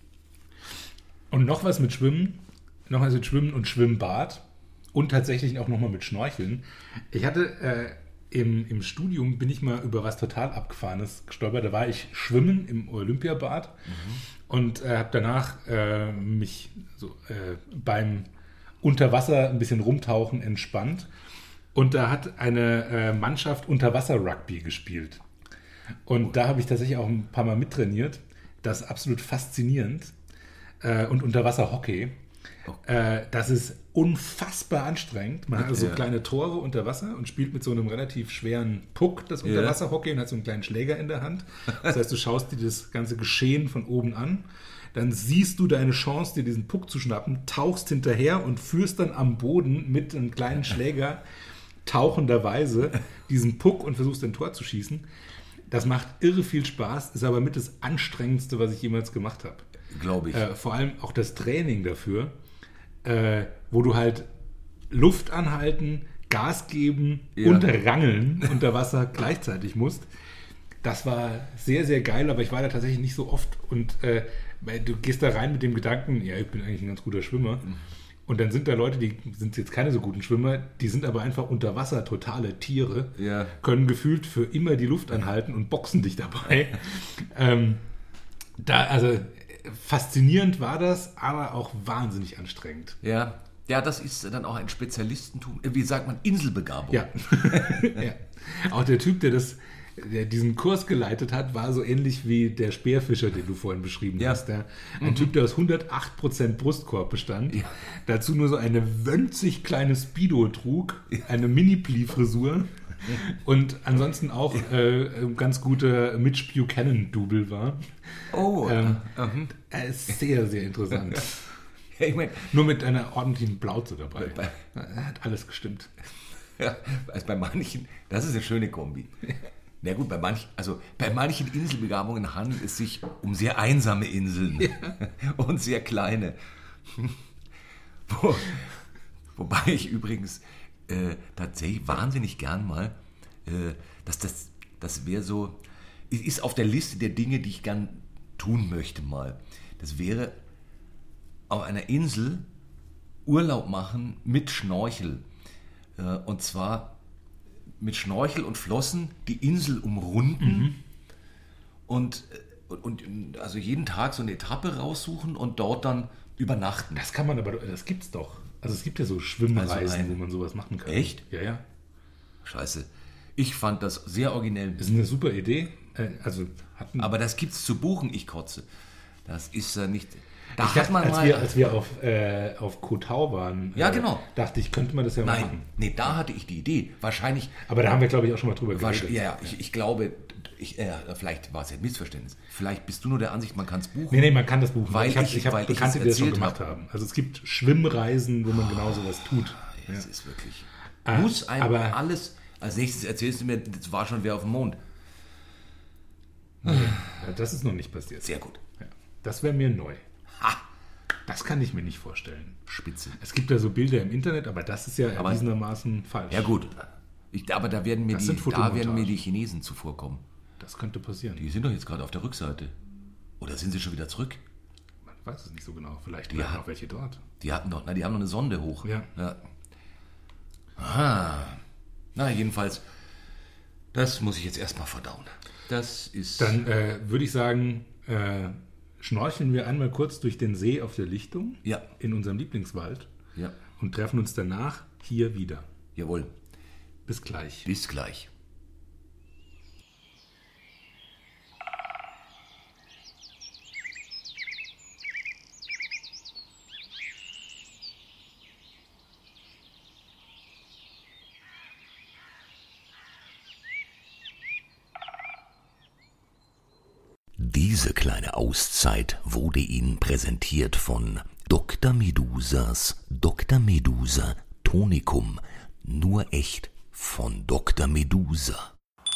Und noch was mit Schwimmen, noch was mit Schwimmen und Schwimmbad und tatsächlich auch nochmal mit Schnorcheln. Ich hatte äh, im, im Studium, bin ich mal über was total Abgefahrenes gestolpert. Da war ich schwimmen im Olympiabad und äh, habe danach äh, mich so, äh, beim Unterwasser ein bisschen rumtauchen entspannt. Und da hat eine äh, Mannschaft Unterwasser-Rugby gespielt. Und da habe ich tatsächlich auch ein paar Mal mittrainiert. Das ist absolut faszinierend. Äh, und Unterwasser-Hockey. Äh, das ist unfassbar anstrengend. Man hat also
Ja.
kleine Tore unter Wasser und spielt mit so einem relativ schweren Puck das
Ja.
Unterwasser-Hockey und hat so einen kleinen Schläger in der Hand. Das heißt, du schaust dir das ganze Geschehen von oben an. dann siehst du deine Chance, dir diesen Puck zu schnappen, tauchst hinterher und führst dann am Boden mit einem kleinen Schläger tauchenderweise diesen Puck und versuchst ein Tor zu schießen. Das macht irre viel Spaß, ist aber mit das Anstrengendste, was ich jemals gemacht habe.
Glaube ich.
Äh, vor allem auch das Training dafür, äh, wo du halt Luft anhalten, Gas geben
Ja.
und rangeln unter Wasser gleichzeitig musst. Das war sehr, sehr geil, aber ich war da tatsächlich nicht so oft. Und äh, weil du gehst da rein mit dem Gedanken, ja, ich bin eigentlich ein ganz guter Schwimmer. Und dann sind da Leute, die sind jetzt keine so guten Schwimmer, die sind aber einfach unter Wasser totale Tiere,
Ja.
können gefühlt für immer die Luft anhalten und boxen dich dabei. ähm, da, also faszinierend war das, aber auch wahnsinnig anstrengend.
Ja. Ja, das ist dann auch ein Spezialistentum. Wie sagt man? Inselbegabung.
Ja. ja. Auch der Typ, der das, der diesen Kurs geleitet hat, war so ähnlich wie der Speerfischer, den du vorhin beschrieben
Ja.
hast. Der, ein mhm. Typ, der aus hundertacht Prozent Brustkorb bestand,
Ja.
dazu nur so eine winzig kleine Speedo trug, eine Mini-Pli-Frisur und ansonsten auch äh, ganz guter Mitch Buchanan-Double war.
Oh.
Ähm,
mhm.
Er ist sehr, sehr interessant.
Ja, ich meine,
Nur mit einer ordentlichen Blauze dabei.
Bei-
Er hat alles gestimmt.
ja, also bei manchen, das ist eine schöne Kombi. Na gut, bei manchen, also bei manchen Inselbegabungen handelt es sich um sehr einsame Inseln und sehr kleine. Wo, wobei ich übrigens äh, tatsächlich wahnsinnig gern mal, äh, dass das, das wäre so, es ist auf der Liste der Dinge, die ich gern tun möchte mal. Das wäre auf einer Insel Urlaub machen mit Schnorchel. Äh, und zwar mit Schnorchel und Flossen die Insel umrunden
Mhm.
und, und, und also jeden Tag so eine Etappe raussuchen und dort dann übernachten.
Das kann man aber, das gibt's doch. Also es gibt ja so Schwimmreisen,
Also ein-
wo man sowas machen kann.
Echt?
Ja, ja.
Scheiße. Ich fand das sehr originell.
Das ist eine super Idee. Äh, Also hatten
Aber das gibt's zu buchen, ich kotze. Das ist ja nicht... Da
ich
hat
dachte,
man
als
mal...
wir, als wir auf, äh, auf Koh Tao waren,
Ja,
äh,
genau.
dachte ich, könnte man das ja
Nein,
machen.
nee, da hatte ich die Idee. Wahrscheinlich...
Aber da haben wir, glaube ich, auch schon mal drüber
Wahrsch-
geredet.
Ja, ja, ich, ich glaube, ich, äh, vielleicht war es ja ein Missverständnis. Vielleicht bist du nur der Ansicht, man kann es buchen.
Nee, nee, man kann das buchen.
Weil
ich habe
ich-
ich hab
weil ich
Bekannte,
es
die das schon
erzählt
gemacht
hab.
haben. Also es gibt Schwimmreisen, wo man genau sowas tut.
Das ist wirklich...
Ah,
muss einem
aber-
alles... Als nächstes erzählst du mir, das war schon wer auf dem Mond.
Ja, das ist noch nicht passiert.
Sehr gut.
Ja, das wäre mir neu.
Ha!
Das kann ich mir nicht vorstellen.
Spitze.
Es gibt ja so Bilder im Internet, aber das ist ja
Aber-
erwiesenermaßen falsch.
Ja gut. Ich, aber da werden, mir
Das
die,
sind
da werden mir
Fotomontagen.
die Chinesen zuvorkommen.
Das könnte passieren.
Die sind doch jetzt gerade auf der Rückseite. Oder sind sie schon wieder zurück?
Man weiß es nicht so genau. Vielleicht
Ja.
bleiben noch welche dort.
Die hatten doch, na, die haben noch eine Sonde hoch.
Ja.
ja. Aha. Na, jedenfalls, das muss ich jetzt erstmal verdauen. Das ist...
Dann äh, würde ich sagen, äh, schnorcheln wir einmal kurz durch den See auf der Lichtung
Ja.
in unserem Lieblingswald
Ja,
und treffen uns danach hier wieder.
jawohl.
Bis gleich.
Bis gleich. Diese kleine Auszeit wurde Ihnen präsentiert von Doktor Medusas Doktor Medusa Tonikum. Nur echt von Doktor Medusa.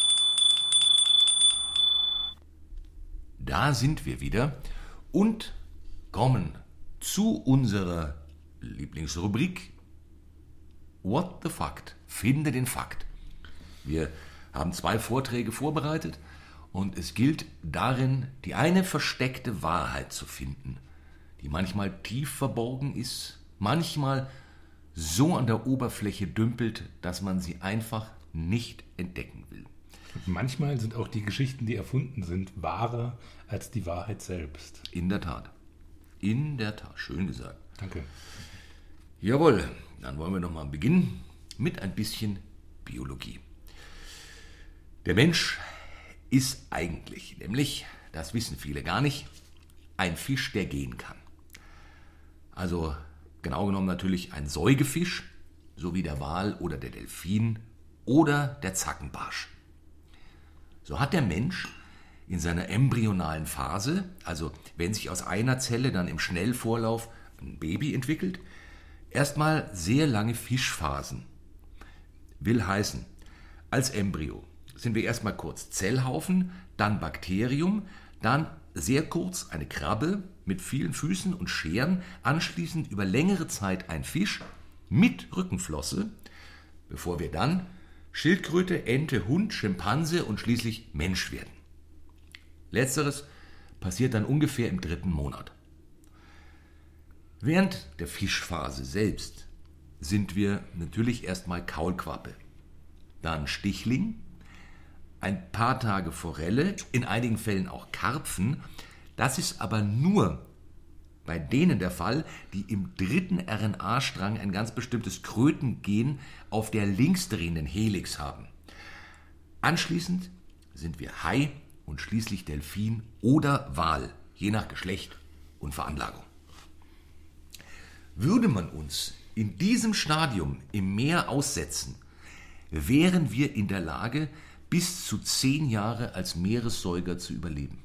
Da sind wir wieder und kommen zu unserer Lieblingsrubrik What the Fact? Finde den Fakt. Wir haben zwei Vorträge vorbereitet und es gilt darin, die eine versteckte Wahrheit zu finden, die manchmal tief verborgen ist, manchmal so an der Oberfläche dümpelt, dass man sie einfach nicht entdecken will.
Und manchmal sind auch die Geschichten, die erfunden sind, wahrer als die Wahrheit selbst.
In der Tat. In der Tat. Schön gesagt.
Danke.
Jawohl, dann wollen wir nochmal beginnen mit ein bisschen Biologie. Der Mensch ist eigentlich, nämlich, das wissen viele gar nicht, ein Fisch, der gehen kann. Also genau genommen natürlich ein Säugefisch, so wie der Wal oder der Delfin oder der Zackenbarsch. So hat der Mensch in seiner embryonalen Phase, also wenn sich aus einer Zelle dann im Schnellvorlauf ein Baby entwickelt, erstmal sehr lange Fischphasen. Will heißen, als Embryo sind wir erstmal kurz Zellhaufen, dann Bakterium, dann sehr kurz eine Krabbe mit vielen Füßen und Scheren, anschließend über längere Zeit ein Fisch mit Rückenflosse, bevor wir dann Schildkröte, Ente, Hund, Schimpanse und schließlich Mensch werden. Letzteres passiert dann ungefähr im dritten Monat. Während der Fischphase selbst sind wir natürlich erstmal Kaulquappe, dann Stichling, ein paar Tage Forelle, in einigen Fällen auch Karpfen. Das ist aber nur bei denen der Fall, die im dritten R N A-Strang ein ganz bestimmtes Krötengen auf der linksdrehenden Helix haben. Anschließend sind wir Hai und schließlich Delfin oder Wal, je nach Geschlecht und Veranlagung. Würde man uns in diesem Stadium im Meer aussetzen, wären wir in der Lage, bis zu zehn Jahre als Meeressäuger zu überleben.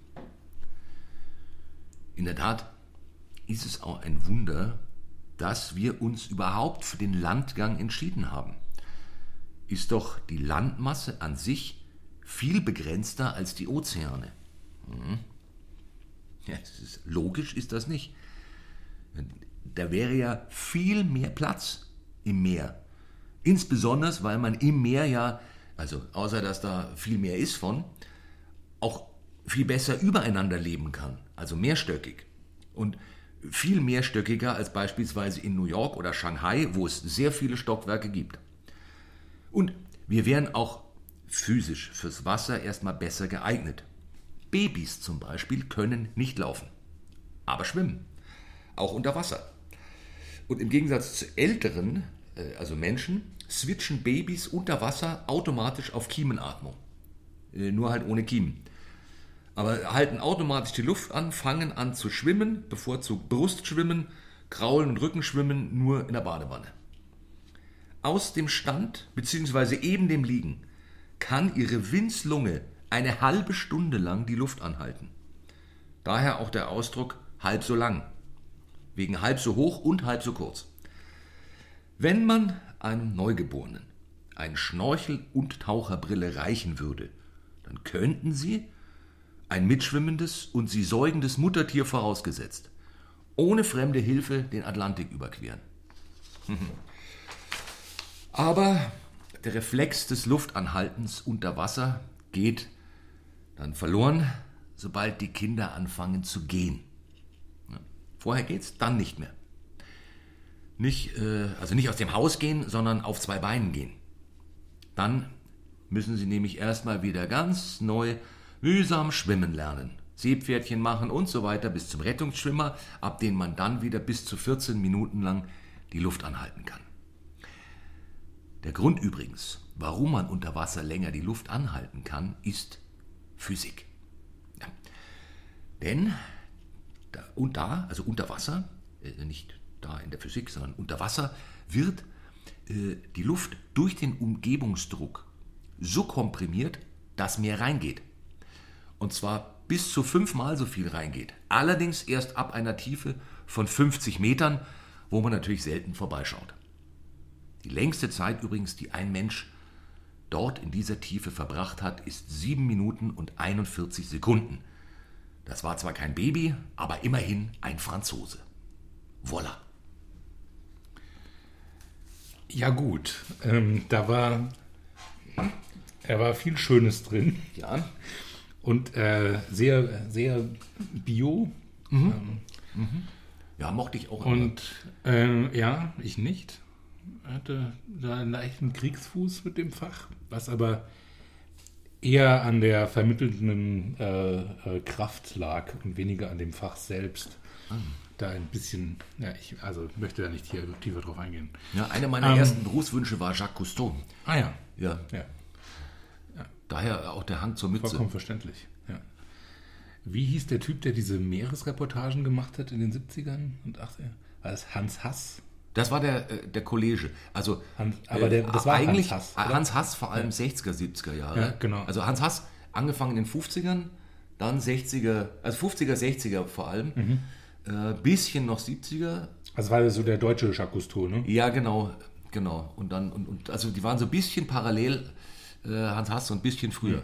In der Tat ist es auch ein Wunder, dass wir uns überhaupt für den Landgang entschieden haben. Ist doch die Landmasse an sich viel begrenzter als die Ozeane. Hm. Ja, es ist, logisch ist das nicht. Da wäre ja viel mehr Platz im Meer. Insbesondere, weil man im Meer ja, also außer dass da viel mehr ist von, auch viel besser übereinander leben kann, also mehrstöckig. Und viel mehrstöckiger als beispielsweise in New York oder Shanghai, wo es sehr viele Stockwerke gibt. Und wir wären auch physisch fürs Wasser erstmal besser geeignet. Babys zum Beispiel können nicht laufen, aber schwimmen, auch unter Wasser. Und im Gegensatz zu älteren, also Menschen, switchen Babys unter Wasser automatisch auf Kiemenatmung. Nur halt ohne Kiemen. Aber halten automatisch die Luft an, fangen an zu schwimmen, bevorzugt Brustschwimmen, Kraulen- und Rückenschwimmen nur in der Badewanne. Aus dem Stand bzw. eben dem Liegen kann ihre Windslunge eine halbe Stunde lang die Luft anhalten. Daher auch der Ausdruck halb so lang, wegen halb so hoch und halb so kurz. Wenn man einem Neugeborenen ein Schnorchel und Taucherbrille reichen würde, dann könnten sie ein mitschwimmendes und sie säugendes Muttertier vorausgesetzt, ohne fremde Hilfe den Atlantik überqueren. Aber der Reflex des Luftanhaltens unter Wasser geht dann verloren, sobald die Kinder anfangen zu gehen. Vorher geht's, dann nicht mehr. Nicht, äh, also nicht aus dem Haus gehen, sondern auf zwei Beinen gehen. Dann müssen sie nämlich erstmal wieder ganz neu mühsam schwimmen lernen, Seepferdchen machen und so weiter bis zum Rettungsschwimmer, ab dem man dann wieder bis zu vierzehn Minuten lang die Luft anhalten kann. Der Grund übrigens, warum man unter Wasser länger die Luft anhalten kann, ist Physik. Ja. Denn da, und da, also unter Wasser, äh, nicht da in der Physik, sondern unter Wasser, wird äh, die Luft durch den Umgebungsdruck so komprimiert, dass mehr reingeht. Und zwar bis zu fünfmal so viel reingeht. Allerdings erst ab einer Tiefe von fünfzig Metern, wo man natürlich selten vorbeischaut. Die längste Zeit übrigens, die ein Mensch dort in dieser Tiefe verbracht hat, ist sieben Minuten und einundvierzig Sekunden. Das war zwar kein Baby, aber immerhin ein Franzose. Voilà.
Ja gut, ähm, da war, da war viel Schönes drin.
Ja.
Und äh, sehr, sehr bio.
Mhm.
Ähm,
mhm. Ja, mochte ich auch.
Und äh, ja, ich nicht. Hatte da einen leichten Kriegsfuß mit dem Fach, was aber eher an der vermittelnden äh, äh, Kraft lag und weniger an dem Fach selbst. Mhm. Da ein bisschen, ja, ich also möchte da nicht hier tiefer drauf eingehen.
Ja, einer meiner ähm, ersten Berufswünsche war Jacques Cousteau.
Ah ja.
Ja.
ja.
Daher auch der Hang zur Mütze.
Vollkommen verständlich, ja. Wie hieß der Typ, der diese Meeresreportagen gemacht hat in den siebzigern und achtzigern? War das Hans Hass?
Das war der, der Kollege. Also,
Hans, aber der, das war
eigentlich
Hans Hass. Oder?
Hans Hass vor allem ja. sechziger, siebziger Jahre.
Ja, genau.
Also Hans Hass, angefangen in den fünfzigern, dann sechziger, also fünfziger, sechziger vor allem, mhm. äh, bisschen noch siebziger.
Also war das so der deutsche Jacques Cousteau, ne?
Ja, genau, genau. Und dann, und, und also die waren so ein bisschen parallel, äh, Hans Hass so ein bisschen früher.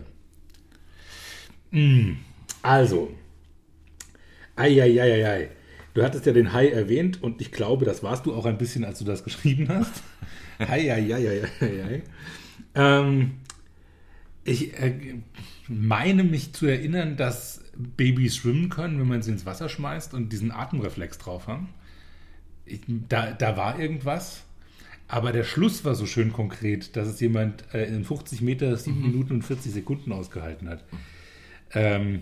Mhm. Also, eieieiei. Du hattest ja den Hai erwähnt und ich glaube, das warst du auch ein bisschen, als du das geschrieben hast. Eieieiei. ähm, ich äh, meine mich zu erinnern, dass Babys schwimmen können, wenn man sie ins Wasser schmeißt und diesen Atemreflex drauf haben. Ich, da, da war irgendwas, aber der Schluss war so schön konkret, dass es jemand äh, in fünfzig Meter sieben mhm. Minuten und vierzig Sekunden ausgehalten hat. Ähm,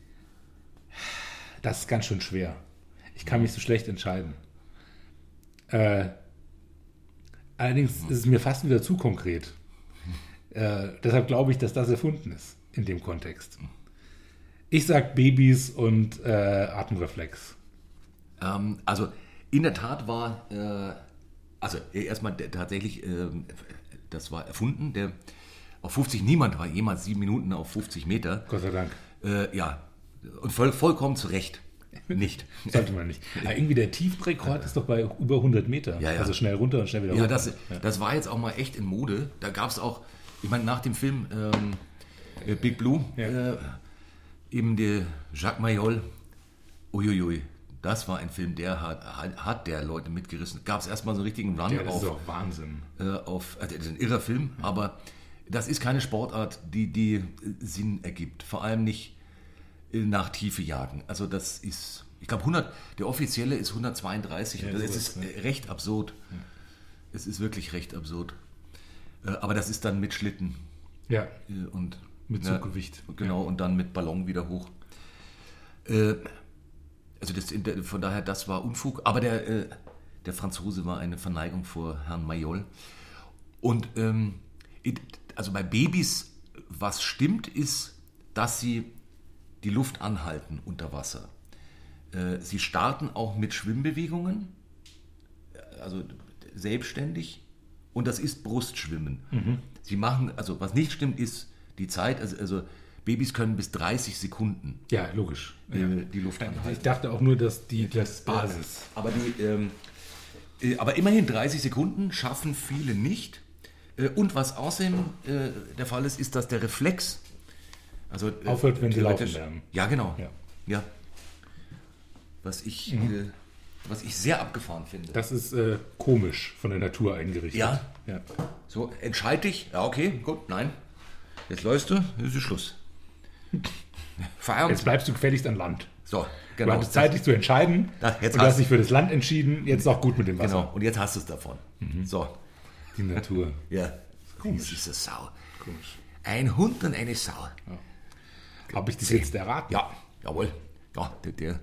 das ist ganz schön schwer. Ich kann mich so schlecht entscheiden. Äh, allerdings ist es mir fast wieder zu konkret. Äh, deshalb glaube ich, dass das erfunden ist in dem Kontext. Ich sag Babys und äh, Atemreflex.
Ähm, also in der Tat war, äh, also erstmal der, tatsächlich, äh, das war erfunden. Der, auf fünfzig, niemand war jemals sieben Minuten auf fünfzig Meter.
Gott sei Dank.
Äh, ja, und voll, vollkommen zu Recht. Nicht.
Sollte man nicht. Aber irgendwie der Tiefenrekord ist doch bei über hundert Meter.
Ja, ja.
Also schnell runter und schnell wieder
ja,
runter.
Das, ja, das war jetzt auch mal echt in Mode. Da gab es auch, ich meine, nach dem Film ähm, äh, Big Blue, ja. äh, eben der Jacques Mayol, uiuiui, das war ein Film, der hat, hat der Leute mitgerissen. Gab es erstmal so einen richtigen Run
ja, das
auf.
Ist auch Wahnsinn.
Äh, auf, also das ist ein irrer Film, ja. aber das ist keine Sportart, die, die Sinn ergibt. Vor allem nicht nach Tiefe jagen. Also das ist, ich glaube, hundert, der offizielle ist hundertzweiunddreißig. Ja, das ist, ist ne? recht absurd. Ja. Es ist wirklich recht absurd. Aber das ist dann mit Schlitten.
Ja.
Und
mit Zuggewicht.
Ja, genau,
ja.
und dann mit Ballon wieder hoch. Also das, von daher, das war Unfug. Aber der, der Franzose war eine Verneigung vor Herrn Mayol. Und also bei Babys, was stimmt, ist, dass sie die Luft anhalten unter Wasser. Sie starten auch mit Schwimmbewegungen, also selbstständig, und das ist Brustschwimmen. Mhm. Sie machen, also was nicht stimmt, ist die Zeit, also, also Babys können bis dreißig Sekunden
ja, logisch.
Äh,
ja.
die Luft anhalten.
Ich dachte auch nur, dass die das Basis.
Aber, die, ähm, äh, aber immerhin dreißig Sekunden schaffen viele nicht. Äh, und was außerdem äh, der Fall ist, ist, dass der Reflex Also, äh,
aufhört, wenn sie laufen lernen.
Ja, genau.
Ja.
Ja. Was ich, mhm. äh, was ich sehr abgefahren finde.
Das ist äh, komisch von der Natur eingerichtet.
Ja.
ja.
So, entscheid dich. Ja, okay, gut, nein. Jetzt läufst du, jetzt ist Schluss. Feierabend.
Jetzt bleibst du gefälligst an Land.
So, genau.
Du hattest Zeit, dich zu entscheiden.
Da, jetzt
und du hast dich für das Land entschieden. Jetzt ist auch gut mit dem Wasser.
Genau, und jetzt hast du es davon. Mhm. So.
Die Natur.
Ja.
Komisch.
Das ist eine Sau.
Komisch.
Ein Hund und eine Sau.
Ja. Habe ich das jetzt erraten?
Ja, jawohl. Ja, der, der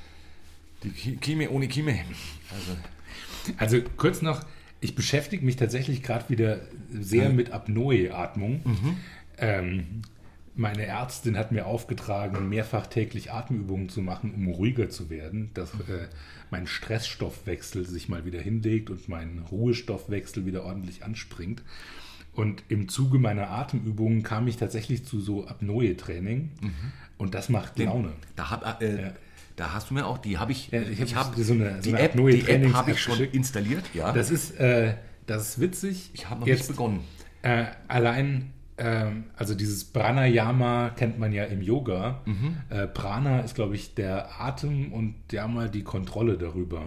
die Kime ohne Kime.
Also, also kurz noch, ich beschäftige mich tatsächlich gerade wieder sehr mhm. mit Apnoe-Atmung. Mhm. Ähm, meine Ärztin hat mir aufgetragen, mehrfach täglich Atemübungen zu machen, um ruhiger zu werden, dass äh, mein Stressstoffwechsel sich mal wieder hinlegt und mein Ruhestoffwechsel wieder ordentlich anspringt. Und im Zuge meiner Atemübungen kam ich tatsächlich zu so Apnoe-Training mhm. und das macht Laune.
Da, hab, äh, ja. da hast du mir auch, die habe ich,
ja, ich,
ich
habe so eine, so
die
eine
App, die App habe ich schon
geschickt.
installiert. Ja.
Das ist, äh, das ist witzig.
Ich habe noch Jetzt, nicht begonnen.
Äh, allein, äh, also dieses Pranayama kennt man ja im Yoga. Mhm. Äh, Prana ist, glaube ich, der Atem und Yama die Kontrolle darüber.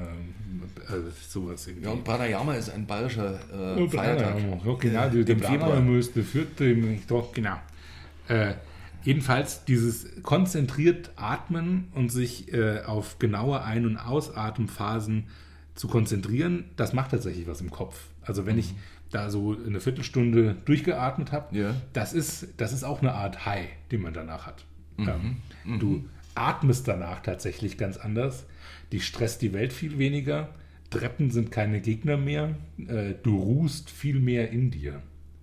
Äh, sowas irgendwie.
Ja, und Pranayama ist ein bayerischer äh,
ja,
Feiertag.
Ja, genau, die,
Im Februar.
Müsste vierte, doch, genau. Äh, jedenfalls dieses konzentriert atmen und sich äh, auf genaue Ein- und Ausatemphasen zu konzentrieren, das macht tatsächlich was im Kopf. Also wenn mhm. ich da so eine Viertelstunde durchgeatmet habe,
ja.
das ist, das ist auch eine Art High, die man danach hat.
Mhm.
Ähm,
mhm.
Du atmest danach tatsächlich ganz anders. Die stresst die Welt viel weniger. Treppen sind keine Gegner mehr. Äh, du ruhst viel mehr in dir.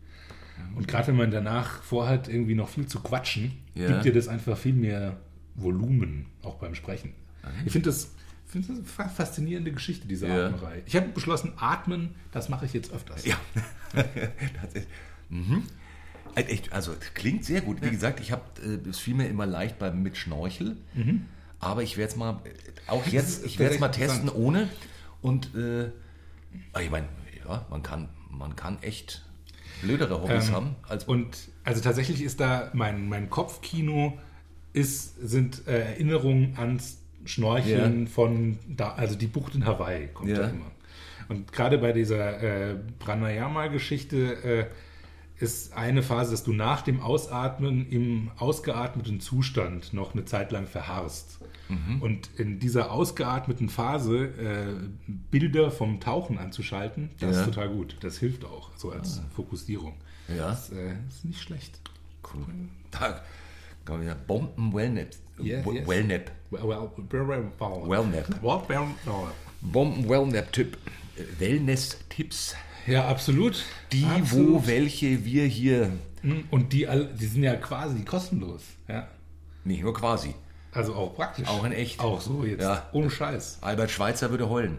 Und gerade wenn man danach vorhat, irgendwie noch viel zu quatschen, ja. gibt dir das einfach viel mehr Volumen, auch beim Sprechen. Mhm. Ich finde das, find das eine faszinierende Geschichte, diese
ja.
Atmerei. Ich habe beschlossen, atmen, das mache ich jetzt öfters.
Ja, das ist, mhm. Echt, also klingt sehr gut. Wie ja. gesagt, ich habe es fiel mir immer leicht beim mit Schnorchel, mhm. aber ich werde es mal auch jetzt, ich werde es mal testen ohne. Und äh, ich meine, ja, man kann, man kann echt blödere Hobbys ähm, haben.
Als und also tatsächlich ist da mein, mein Kopfkino ist, sind äh, Erinnerungen ans Schnorcheln ja. von da, also die Bucht in Hawaii kommt ja. da immer. Und gerade bei dieser äh, Pranayama-Geschichte äh, ist eine Phase, dass du nach dem Ausatmen im ausgeatmeten Zustand noch eine Zeit lang verharrst. Mhm. Und in dieser ausgeatmeten Phase äh, Bilder vom Tauchen anzuschalten, das ja. ist total gut. Das hilft auch, so als ah. Fokussierung.
Ja.
Das äh, ist nicht schlecht.
Cool. Da kommen wir ja Bomben-Wellnap.
Yeah, yes.
Wellnap.
Well, well, well, well.
Wellnap.
Well, well, well.
Bomben-Wellnap-Tipp. Wellness-Tipps.
Ja, absolut.
Die,
absolut.
wo welche wir hier...
Und die, all, die sind ja quasi kostenlos. Ja.
Nicht nur quasi.
Also auch praktisch.
Auch in echt.
Auch so jetzt.
Ja.
Ohne Scheiß.
Albert Schweitzer würde heulen.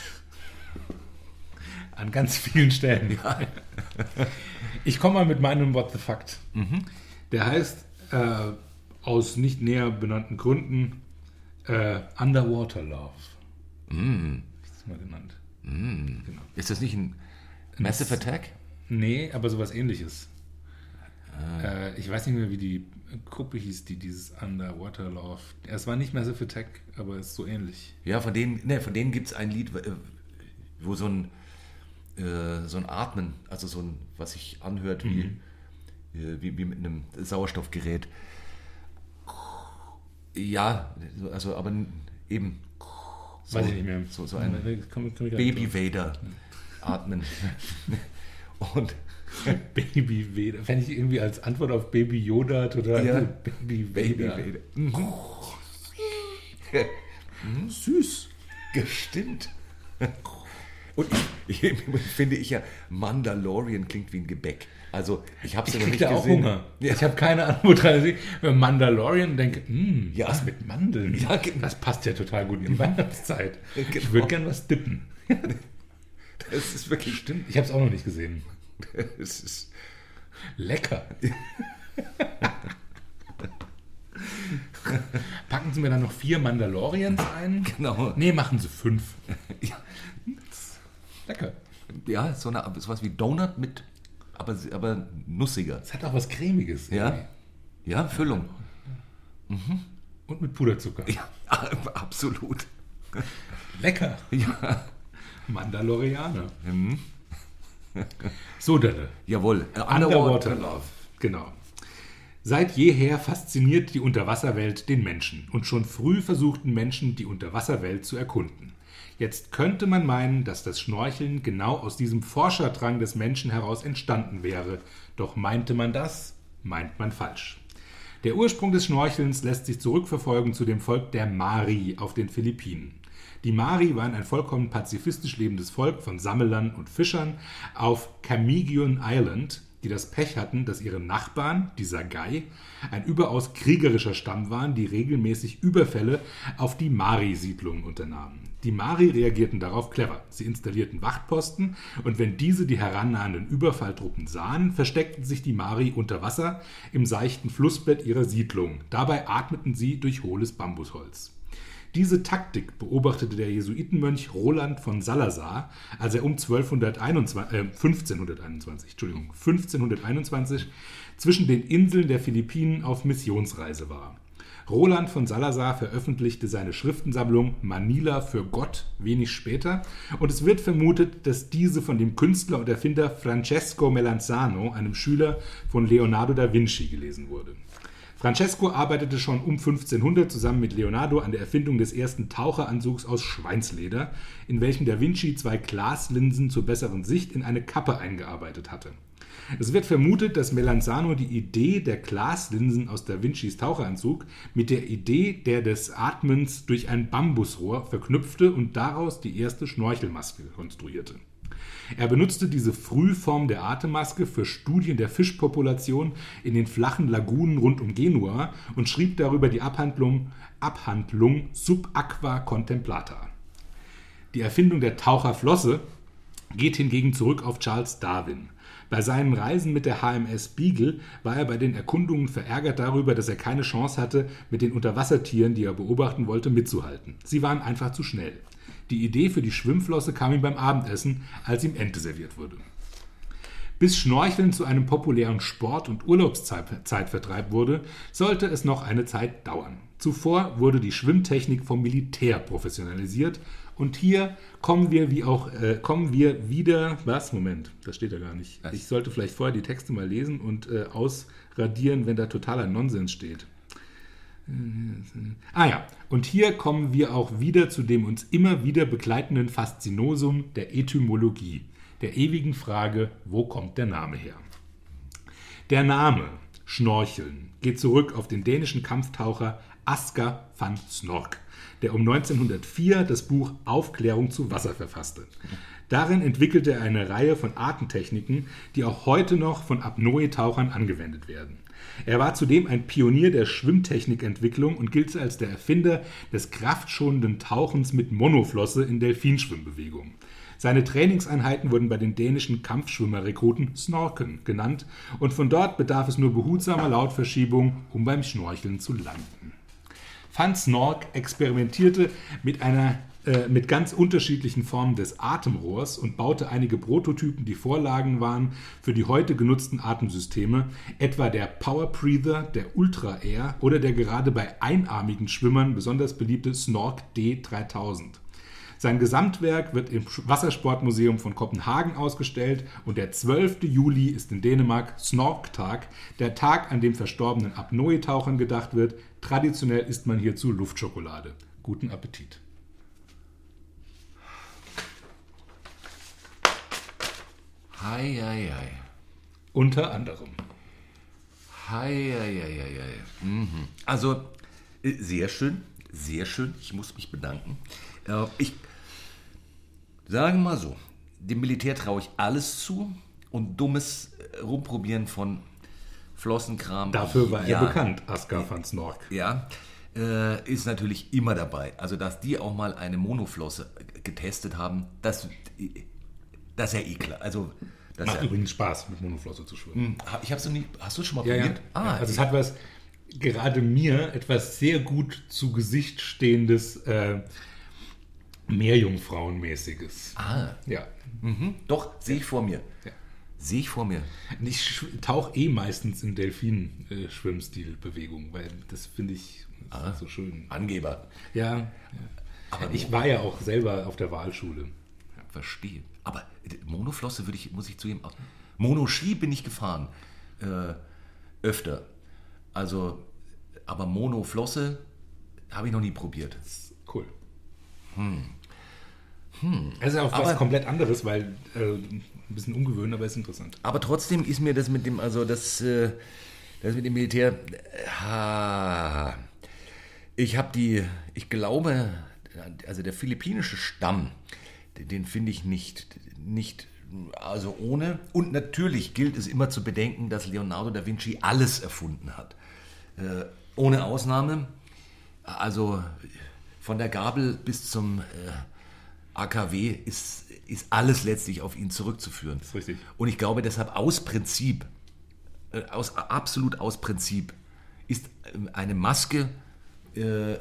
An ganz vielen Stellen.
Ja.
Ich komme mal mit meinem What the Fact. Mhm. Der heißt, äh, aus nicht näher benannten Gründen, äh, Underwater Love.
Mm.
Das ist mal genannt.
Mm. Genau. Ist das nicht ein Massive Attack?
Nee, aber sowas ähnliches. Ah. Äh, ich weiß nicht mehr, wie die Gruppe hieß, die dieses Underwater Love. Es war nicht Massive Attack, aber es ist so ähnlich.
Ja, von denen, ne, von denen gibt es ein Lied, wo so ein, äh, so ein Atmen, also so ein, was sich anhört wie, mhm. äh, wie, wie mit einem Sauerstoffgerät. Ja, also aber eben. So,
weiß ich nicht mehr.
So, so ein
komm, komm
Baby Vader atmen. Und
Baby Vader. Fände ich irgendwie als Antwort auf Baby Yoda total
ja.
Baby Vader.
Baby Vader. Mhm. Süß. Gestimmt. Und ich, ich, finde ich ja, Mandalorian klingt wie ein Gebäck. Also ich habe es aber nicht gesehen.
Auch Hunger. Ja. Ich habe keine Ahnung, wo dran ist. Wenn Mandalorian denke, mh,
ja.
was mit Mandeln?
Ja, genau.
Das passt ja total gut in die Weihnachtszeit.
Genau.
Ich würde gern was dippen.
Das ist wirklich
stimmt. Ich habe es auch noch nicht gesehen.
Es ist
lecker. Packen Sie mir dann noch vier Mandalorians ein?
Genau.
Nee, machen Sie fünf.
Ja.
Lecker.
Ja, so eine, so was wie Donut mit, aber, aber nussiger.
Es hat auch was Cremiges.
Ja, irgendwie. Ja, Füllung.
Mhm. Und mit Puderzucker.
Ja, absolut.
Lecker.
Ja.
Mandalorianer.
Mhm.
So, Delle.
Jawohl.
Uh, Underwater, Underwater Love. Genau. Seit jeher fasziniert die Unterwasserwelt den Menschen und schon früh versuchten Menschen, die Unterwasserwelt zu erkunden. Jetzt könnte man meinen, dass das Schnorcheln genau aus diesem Forscherdrang des Menschen heraus entstanden wäre. Doch meinte man das, meint man falsch. Der Ursprung des Schnorchelns lässt sich zurückverfolgen zu dem Volk der Mari auf den Philippinen. Die Mari waren ein vollkommen pazifistisch lebendes Volk von Sammlern und Fischern auf Camiguin Island, die das Pech hatten, dass ihre Nachbarn, die Sagay, ein überaus kriegerischer Stamm waren, die regelmäßig Überfälle auf die Mari-Siedlungen unternahmen. Die Mari reagierten darauf clever. Sie installierten Wachtposten und wenn diese die herannahenden Überfalltruppen sahen, versteckten sich die Mari unter Wasser im seichten Flussbett ihrer Siedlung. Dabei atmeten sie durch hohles Bambusholz. Diese Taktik beobachtete der Jesuitenmönch Roland von Salazar, als er um zwölfhunderteinundzwanzig, äh, fünfzehnhunderteinundzwanzig, Entschuldigung, fünfzehnhunderteinundzwanzig zwischen den Inseln der Philippinen auf Missionsreise war. Roland von Salazar veröffentlichte seine Schriftensammlung Manila für Gott wenig später und es wird vermutet, dass diese von dem Künstler und Erfinder Francesco Melanzano, einem Schüler von Leonardo da Vinci, gelesen wurde. Francesco arbeitete schon um fünfzehnhundert zusammen mit Leonardo an der Erfindung des ersten Taucheranzugs aus Schweinsleder, in welchem da Vinci zwei Glaslinsen zur besseren Sicht in eine Kappe eingearbeitet hatte. Es wird vermutet, dass Melanzano die Idee der Glaslinsen aus da Vincis Taucheranzug mit der Idee der des Atmens durch ein Bambusrohr verknüpfte und daraus die erste Schnorchelmaske konstruierte. Er benutzte diese Frühform der Atemmaske für Studien der Fischpopulation in den flachen Lagunen rund um Genua und schrieb darüber die Abhandlung, Abhandlung Sub Aqua Contemplata. Die Erfindung der Taucherflosse geht hingegen zurück auf Charles Darwin. Bei seinen Reisen mit der H M S Beagle war er bei den Erkundungen verärgert darüber, dass er keine Chance hatte, mit den Unterwassertieren, die er beobachten wollte, mitzuhalten. Sie waren einfach zu schnell. Die Idee für die Schwimmflosse kam ihm beim Abendessen, als ihm Ente serviert wurde. Bis Schnorcheln zu einem populären Sport- und Urlaubszeitvertreib wurde, sollte es noch eine Zeit dauern. Zuvor wurde die Schwimmtechnik vom Militär professionalisiert und hier kommen wir wie auch äh, kommen wir wieder. Was? Moment, das steht da gar nicht.
Was?
Ich sollte vielleicht vorher die Texte mal lesen und äh, ausradieren, wenn da totaler Nonsens steht. Ah ja, und hier kommen wir auch wieder zu dem uns immer wieder begleitenden Faszinosum der Etymologie, der ewigen Frage, wo kommt der Name her? Der Name Schnorcheln geht zurück auf den dänischen Kampftaucher Asger van Snork, der um neunzehnhundertvier das Buch Aufklärung zu Wasser verfasste. Darin entwickelte er eine Reihe von Atemtechniken, die auch heute noch von Apnoe-Tauchern angewendet werden. Er war zudem ein Pionier der Schwimmtechnikentwicklung und gilt als der Erfinder des kraftschonenden Tauchens mit Monoflosse in Delfinschwimmbewegung. Seine Trainingseinheiten wurden bei den dänischen Kampfschwimmerrekruten Snorken genannt und von dort bedarf es nur behutsamer Lautverschiebung, um beim Schnorcheln zu landen. Van Snork experimentierte mit einer äh, mit ganz unterschiedlichen Formen des Atemrohrs und baute einige Prototypen, die Vorlagen waren für die heute genutzten Atemsysteme, etwa der Power Breather, der Ultra Air oder der gerade bei einarmigen Schwimmern besonders beliebte Snork D dreitausend. Sein Gesamtwerk wird im Wassersportmuseum von Kopenhagen ausgestellt und der zwölfte Juli ist in Dänemark Snorktag, der Tag, an dem verstorbenen Apnoe-Tauchern gedacht wird. Traditionell isst man hierzu Luftschokolade. Guten Appetit.
Hei, hei, hei.
Unter anderem.
Hei, hei, hei, hei, hei. Mhm. Also, äh, sehr schön, sehr schön. Ich muss mich bedanken. Äh, ich sage mal so, dem Militär traue ich alles zu und dummes äh, Rumprobieren von Flossenkram.
Dafür war
ja,
er bekannt, Asger van Snork.
Ja, äh, ist natürlich immer dabei. Also, dass die auch mal eine Monoflosse getestet haben, das, das ist ja eh klar. Also, das
Macht
ja,
übrigens Spaß, mit Monoflosse zu schwimmen.
ich hab's noch nie, hast du schon mal
Ja, ja.
probiert?
Ah, also es hat was, gerade mir, etwas sehr gut zu Gesicht stehendes, äh, Meerjungfrauenmäßiges.
Ah,
Ja.
mhm. Doch, sehe ich vor mir.
Ja.
Sehe ich vor mir.
Und ich tauche eh meistens in Delfin-Schwimmstilbewegung, weil das finde ich
Ah.
so schön.
Angeber.
Ja, ja.
Aber
Ich war ja auch selber auf der Wahlschule.
Verstehe. Aber äh, Monoflosse würde ich, muss ich zugeben, auch- Monoski bin ich gefahren. Äh, öfter. Also, aber Monoflosse habe ich noch nie probiert.
Cool. Hm. Hm. Also auch
Aber-
was komplett anderes, weil äh, ein bisschen ungewöhnlich, aber ist interessant.
Aber trotzdem ist mir das mit dem, also das, äh, das mit dem Militär, äh, ha, ich habe die, ich glaube, also der philippinische Stamm, den, den finde ich nicht, nicht, also ohne. Und natürlich gilt es immer zu bedenken, dass Leonardo da Vinci alles erfunden hat. Äh, ohne Ausnahme. Also von der Gabel bis zum äh, A K W ist, ist alles letztlich auf ihn zurückzuführen.
Das ist richtig.
Und ich glaube deshalb aus Prinzip, äh, aus, absolut aus Prinzip, ist ähm, eine Maske, äh,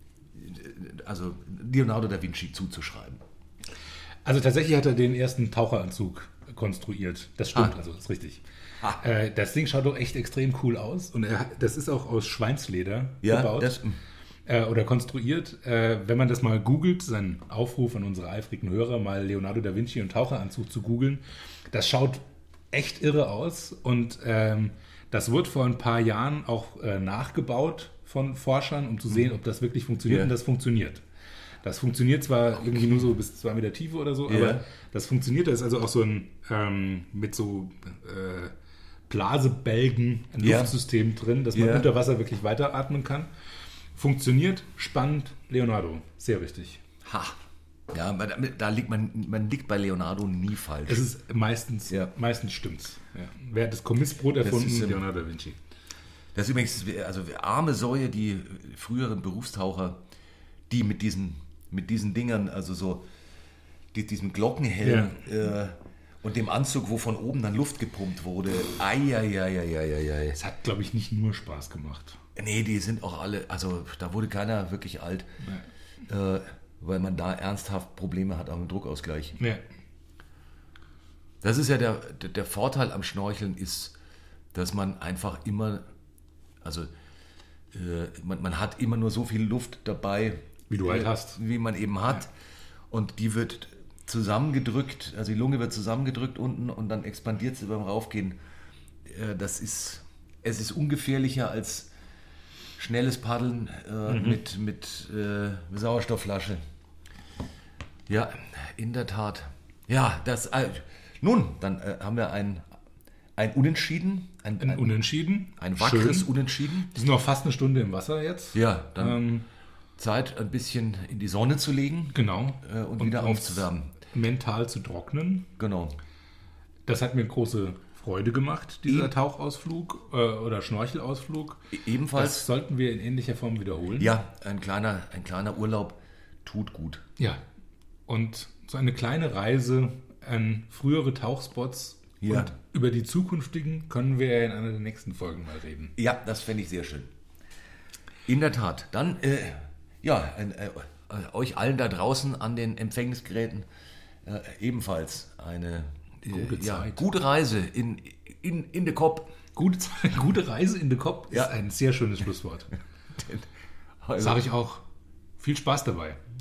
also Leonardo da Vinci zuzuschreiben.
Also tatsächlich hat er den ersten Taucheranzug konstruiert. Das stimmt,
Ah.
also das ist richtig.
Ah.
Äh, das Ding schaut doch echt extrem cool aus. Und er, hat- das ist auch aus Schweinsleder
Ja,
gebaut.
das-
äh, oder konstruiert. Äh, wenn man das mal googelt, sein Aufruf an unsere eifrigen Hörer, mal Leonardo da Vinci und Taucheranzug zu googeln, das schaut echt irre aus. Und ähm, das wurde vor ein paar Jahren auch äh, nachgebaut von Forschern, um zu sehen, ob das wirklich funktioniert.
Ja.
Und das funktioniert. Das funktioniert zwar irgendwie nur so bis zwei Meter Tiefe oder so,
Ja.
aber das funktioniert. Das ist also auch so ein ähm, mit so äh, Blasebälgen ein
Ja.
Luftsystem drin, dass man
Ja.
unter Wasser wirklich weiteratmen kann. Funktioniert, spannend, Leonardo, sehr wichtig.
Ha. Ja, da, da liegt man, man liegt bei Leonardo nie falsch.
Es ist meistens,
Ja.
meistens stimmt's. Ja. Wer hat das Kommissbrot erfunden?
ist, ähm,
Leonardo da Vinci.
Das ist übrigens, also arme Säue, die früheren Berufstaucher, die mit diesen, mit diesen Dingern, also so die, diesem Glockenhelm äh, und dem Anzug, wo von oben dann Luft gepumpt wurde. Eieieiei.
Es hat, glaube ich, nicht nur Spaß gemacht.
Nee, die sind auch alle, also da wurde keiner wirklich alt, äh, weil man da ernsthaft Probleme hat am Druckausgleich.
Ja.
Das ist ja der, der, der Vorteil am Schnorcheln ist, dass man einfach immer, also äh, man, man hat immer nur so viel Luft dabei,
Wie du halt
äh,
hast.
wie man eben hat. Ja. Und die wird zusammengedrückt, also die Lunge wird zusammengedrückt unten und dann expandiert sie beim Raufgehen. Äh, das ist, es ist ungefährlicher als schnelles Paddeln äh, mhm. mit, mit äh, Sauerstoffflasche. Ja, in der Tat. Ja, das. Äh, nun, dann äh, haben wir ein, ein Unentschieden. Ein,
ein,
ein
Unentschieden.
Ein wackeres
Schön.
Unentschieden.
Wir sind noch fast eine Stunde im Wasser jetzt.
Ja, dann
ähm,
Zeit, ein bisschen in die Sonne zu legen.
Genau.
Äh, und, und wieder aufzuwärmen.
Mental zu trocknen.
Genau.
Das hat mir große Freude gemacht, dieser e- Tauchausflug äh, oder Schnorchelausflug.
E- ebenfalls.
Das sollten wir in ähnlicher Form wiederholen.
Ja, ein kleiner, ein kleiner Urlaub tut gut.
Ja, und so eine kleine Reise an frühere Tauchspots
ja.
und über die zukünftigen können wir ja in einer der nächsten Folgen mal reden.
Ja, das fände ich sehr schön. In der Tat. Dann, äh, ja, äh, äh, euch allen da draußen an den Empfängnisgeräten äh, ebenfalls eine äh,
gute,
ja, gute Reise in, in, in den Kopf.
Gute, gute Reise in den Kopf
ja.
ist ein sehr schönes Schlusswort. Sage ich auch. Viel Spaß dabei.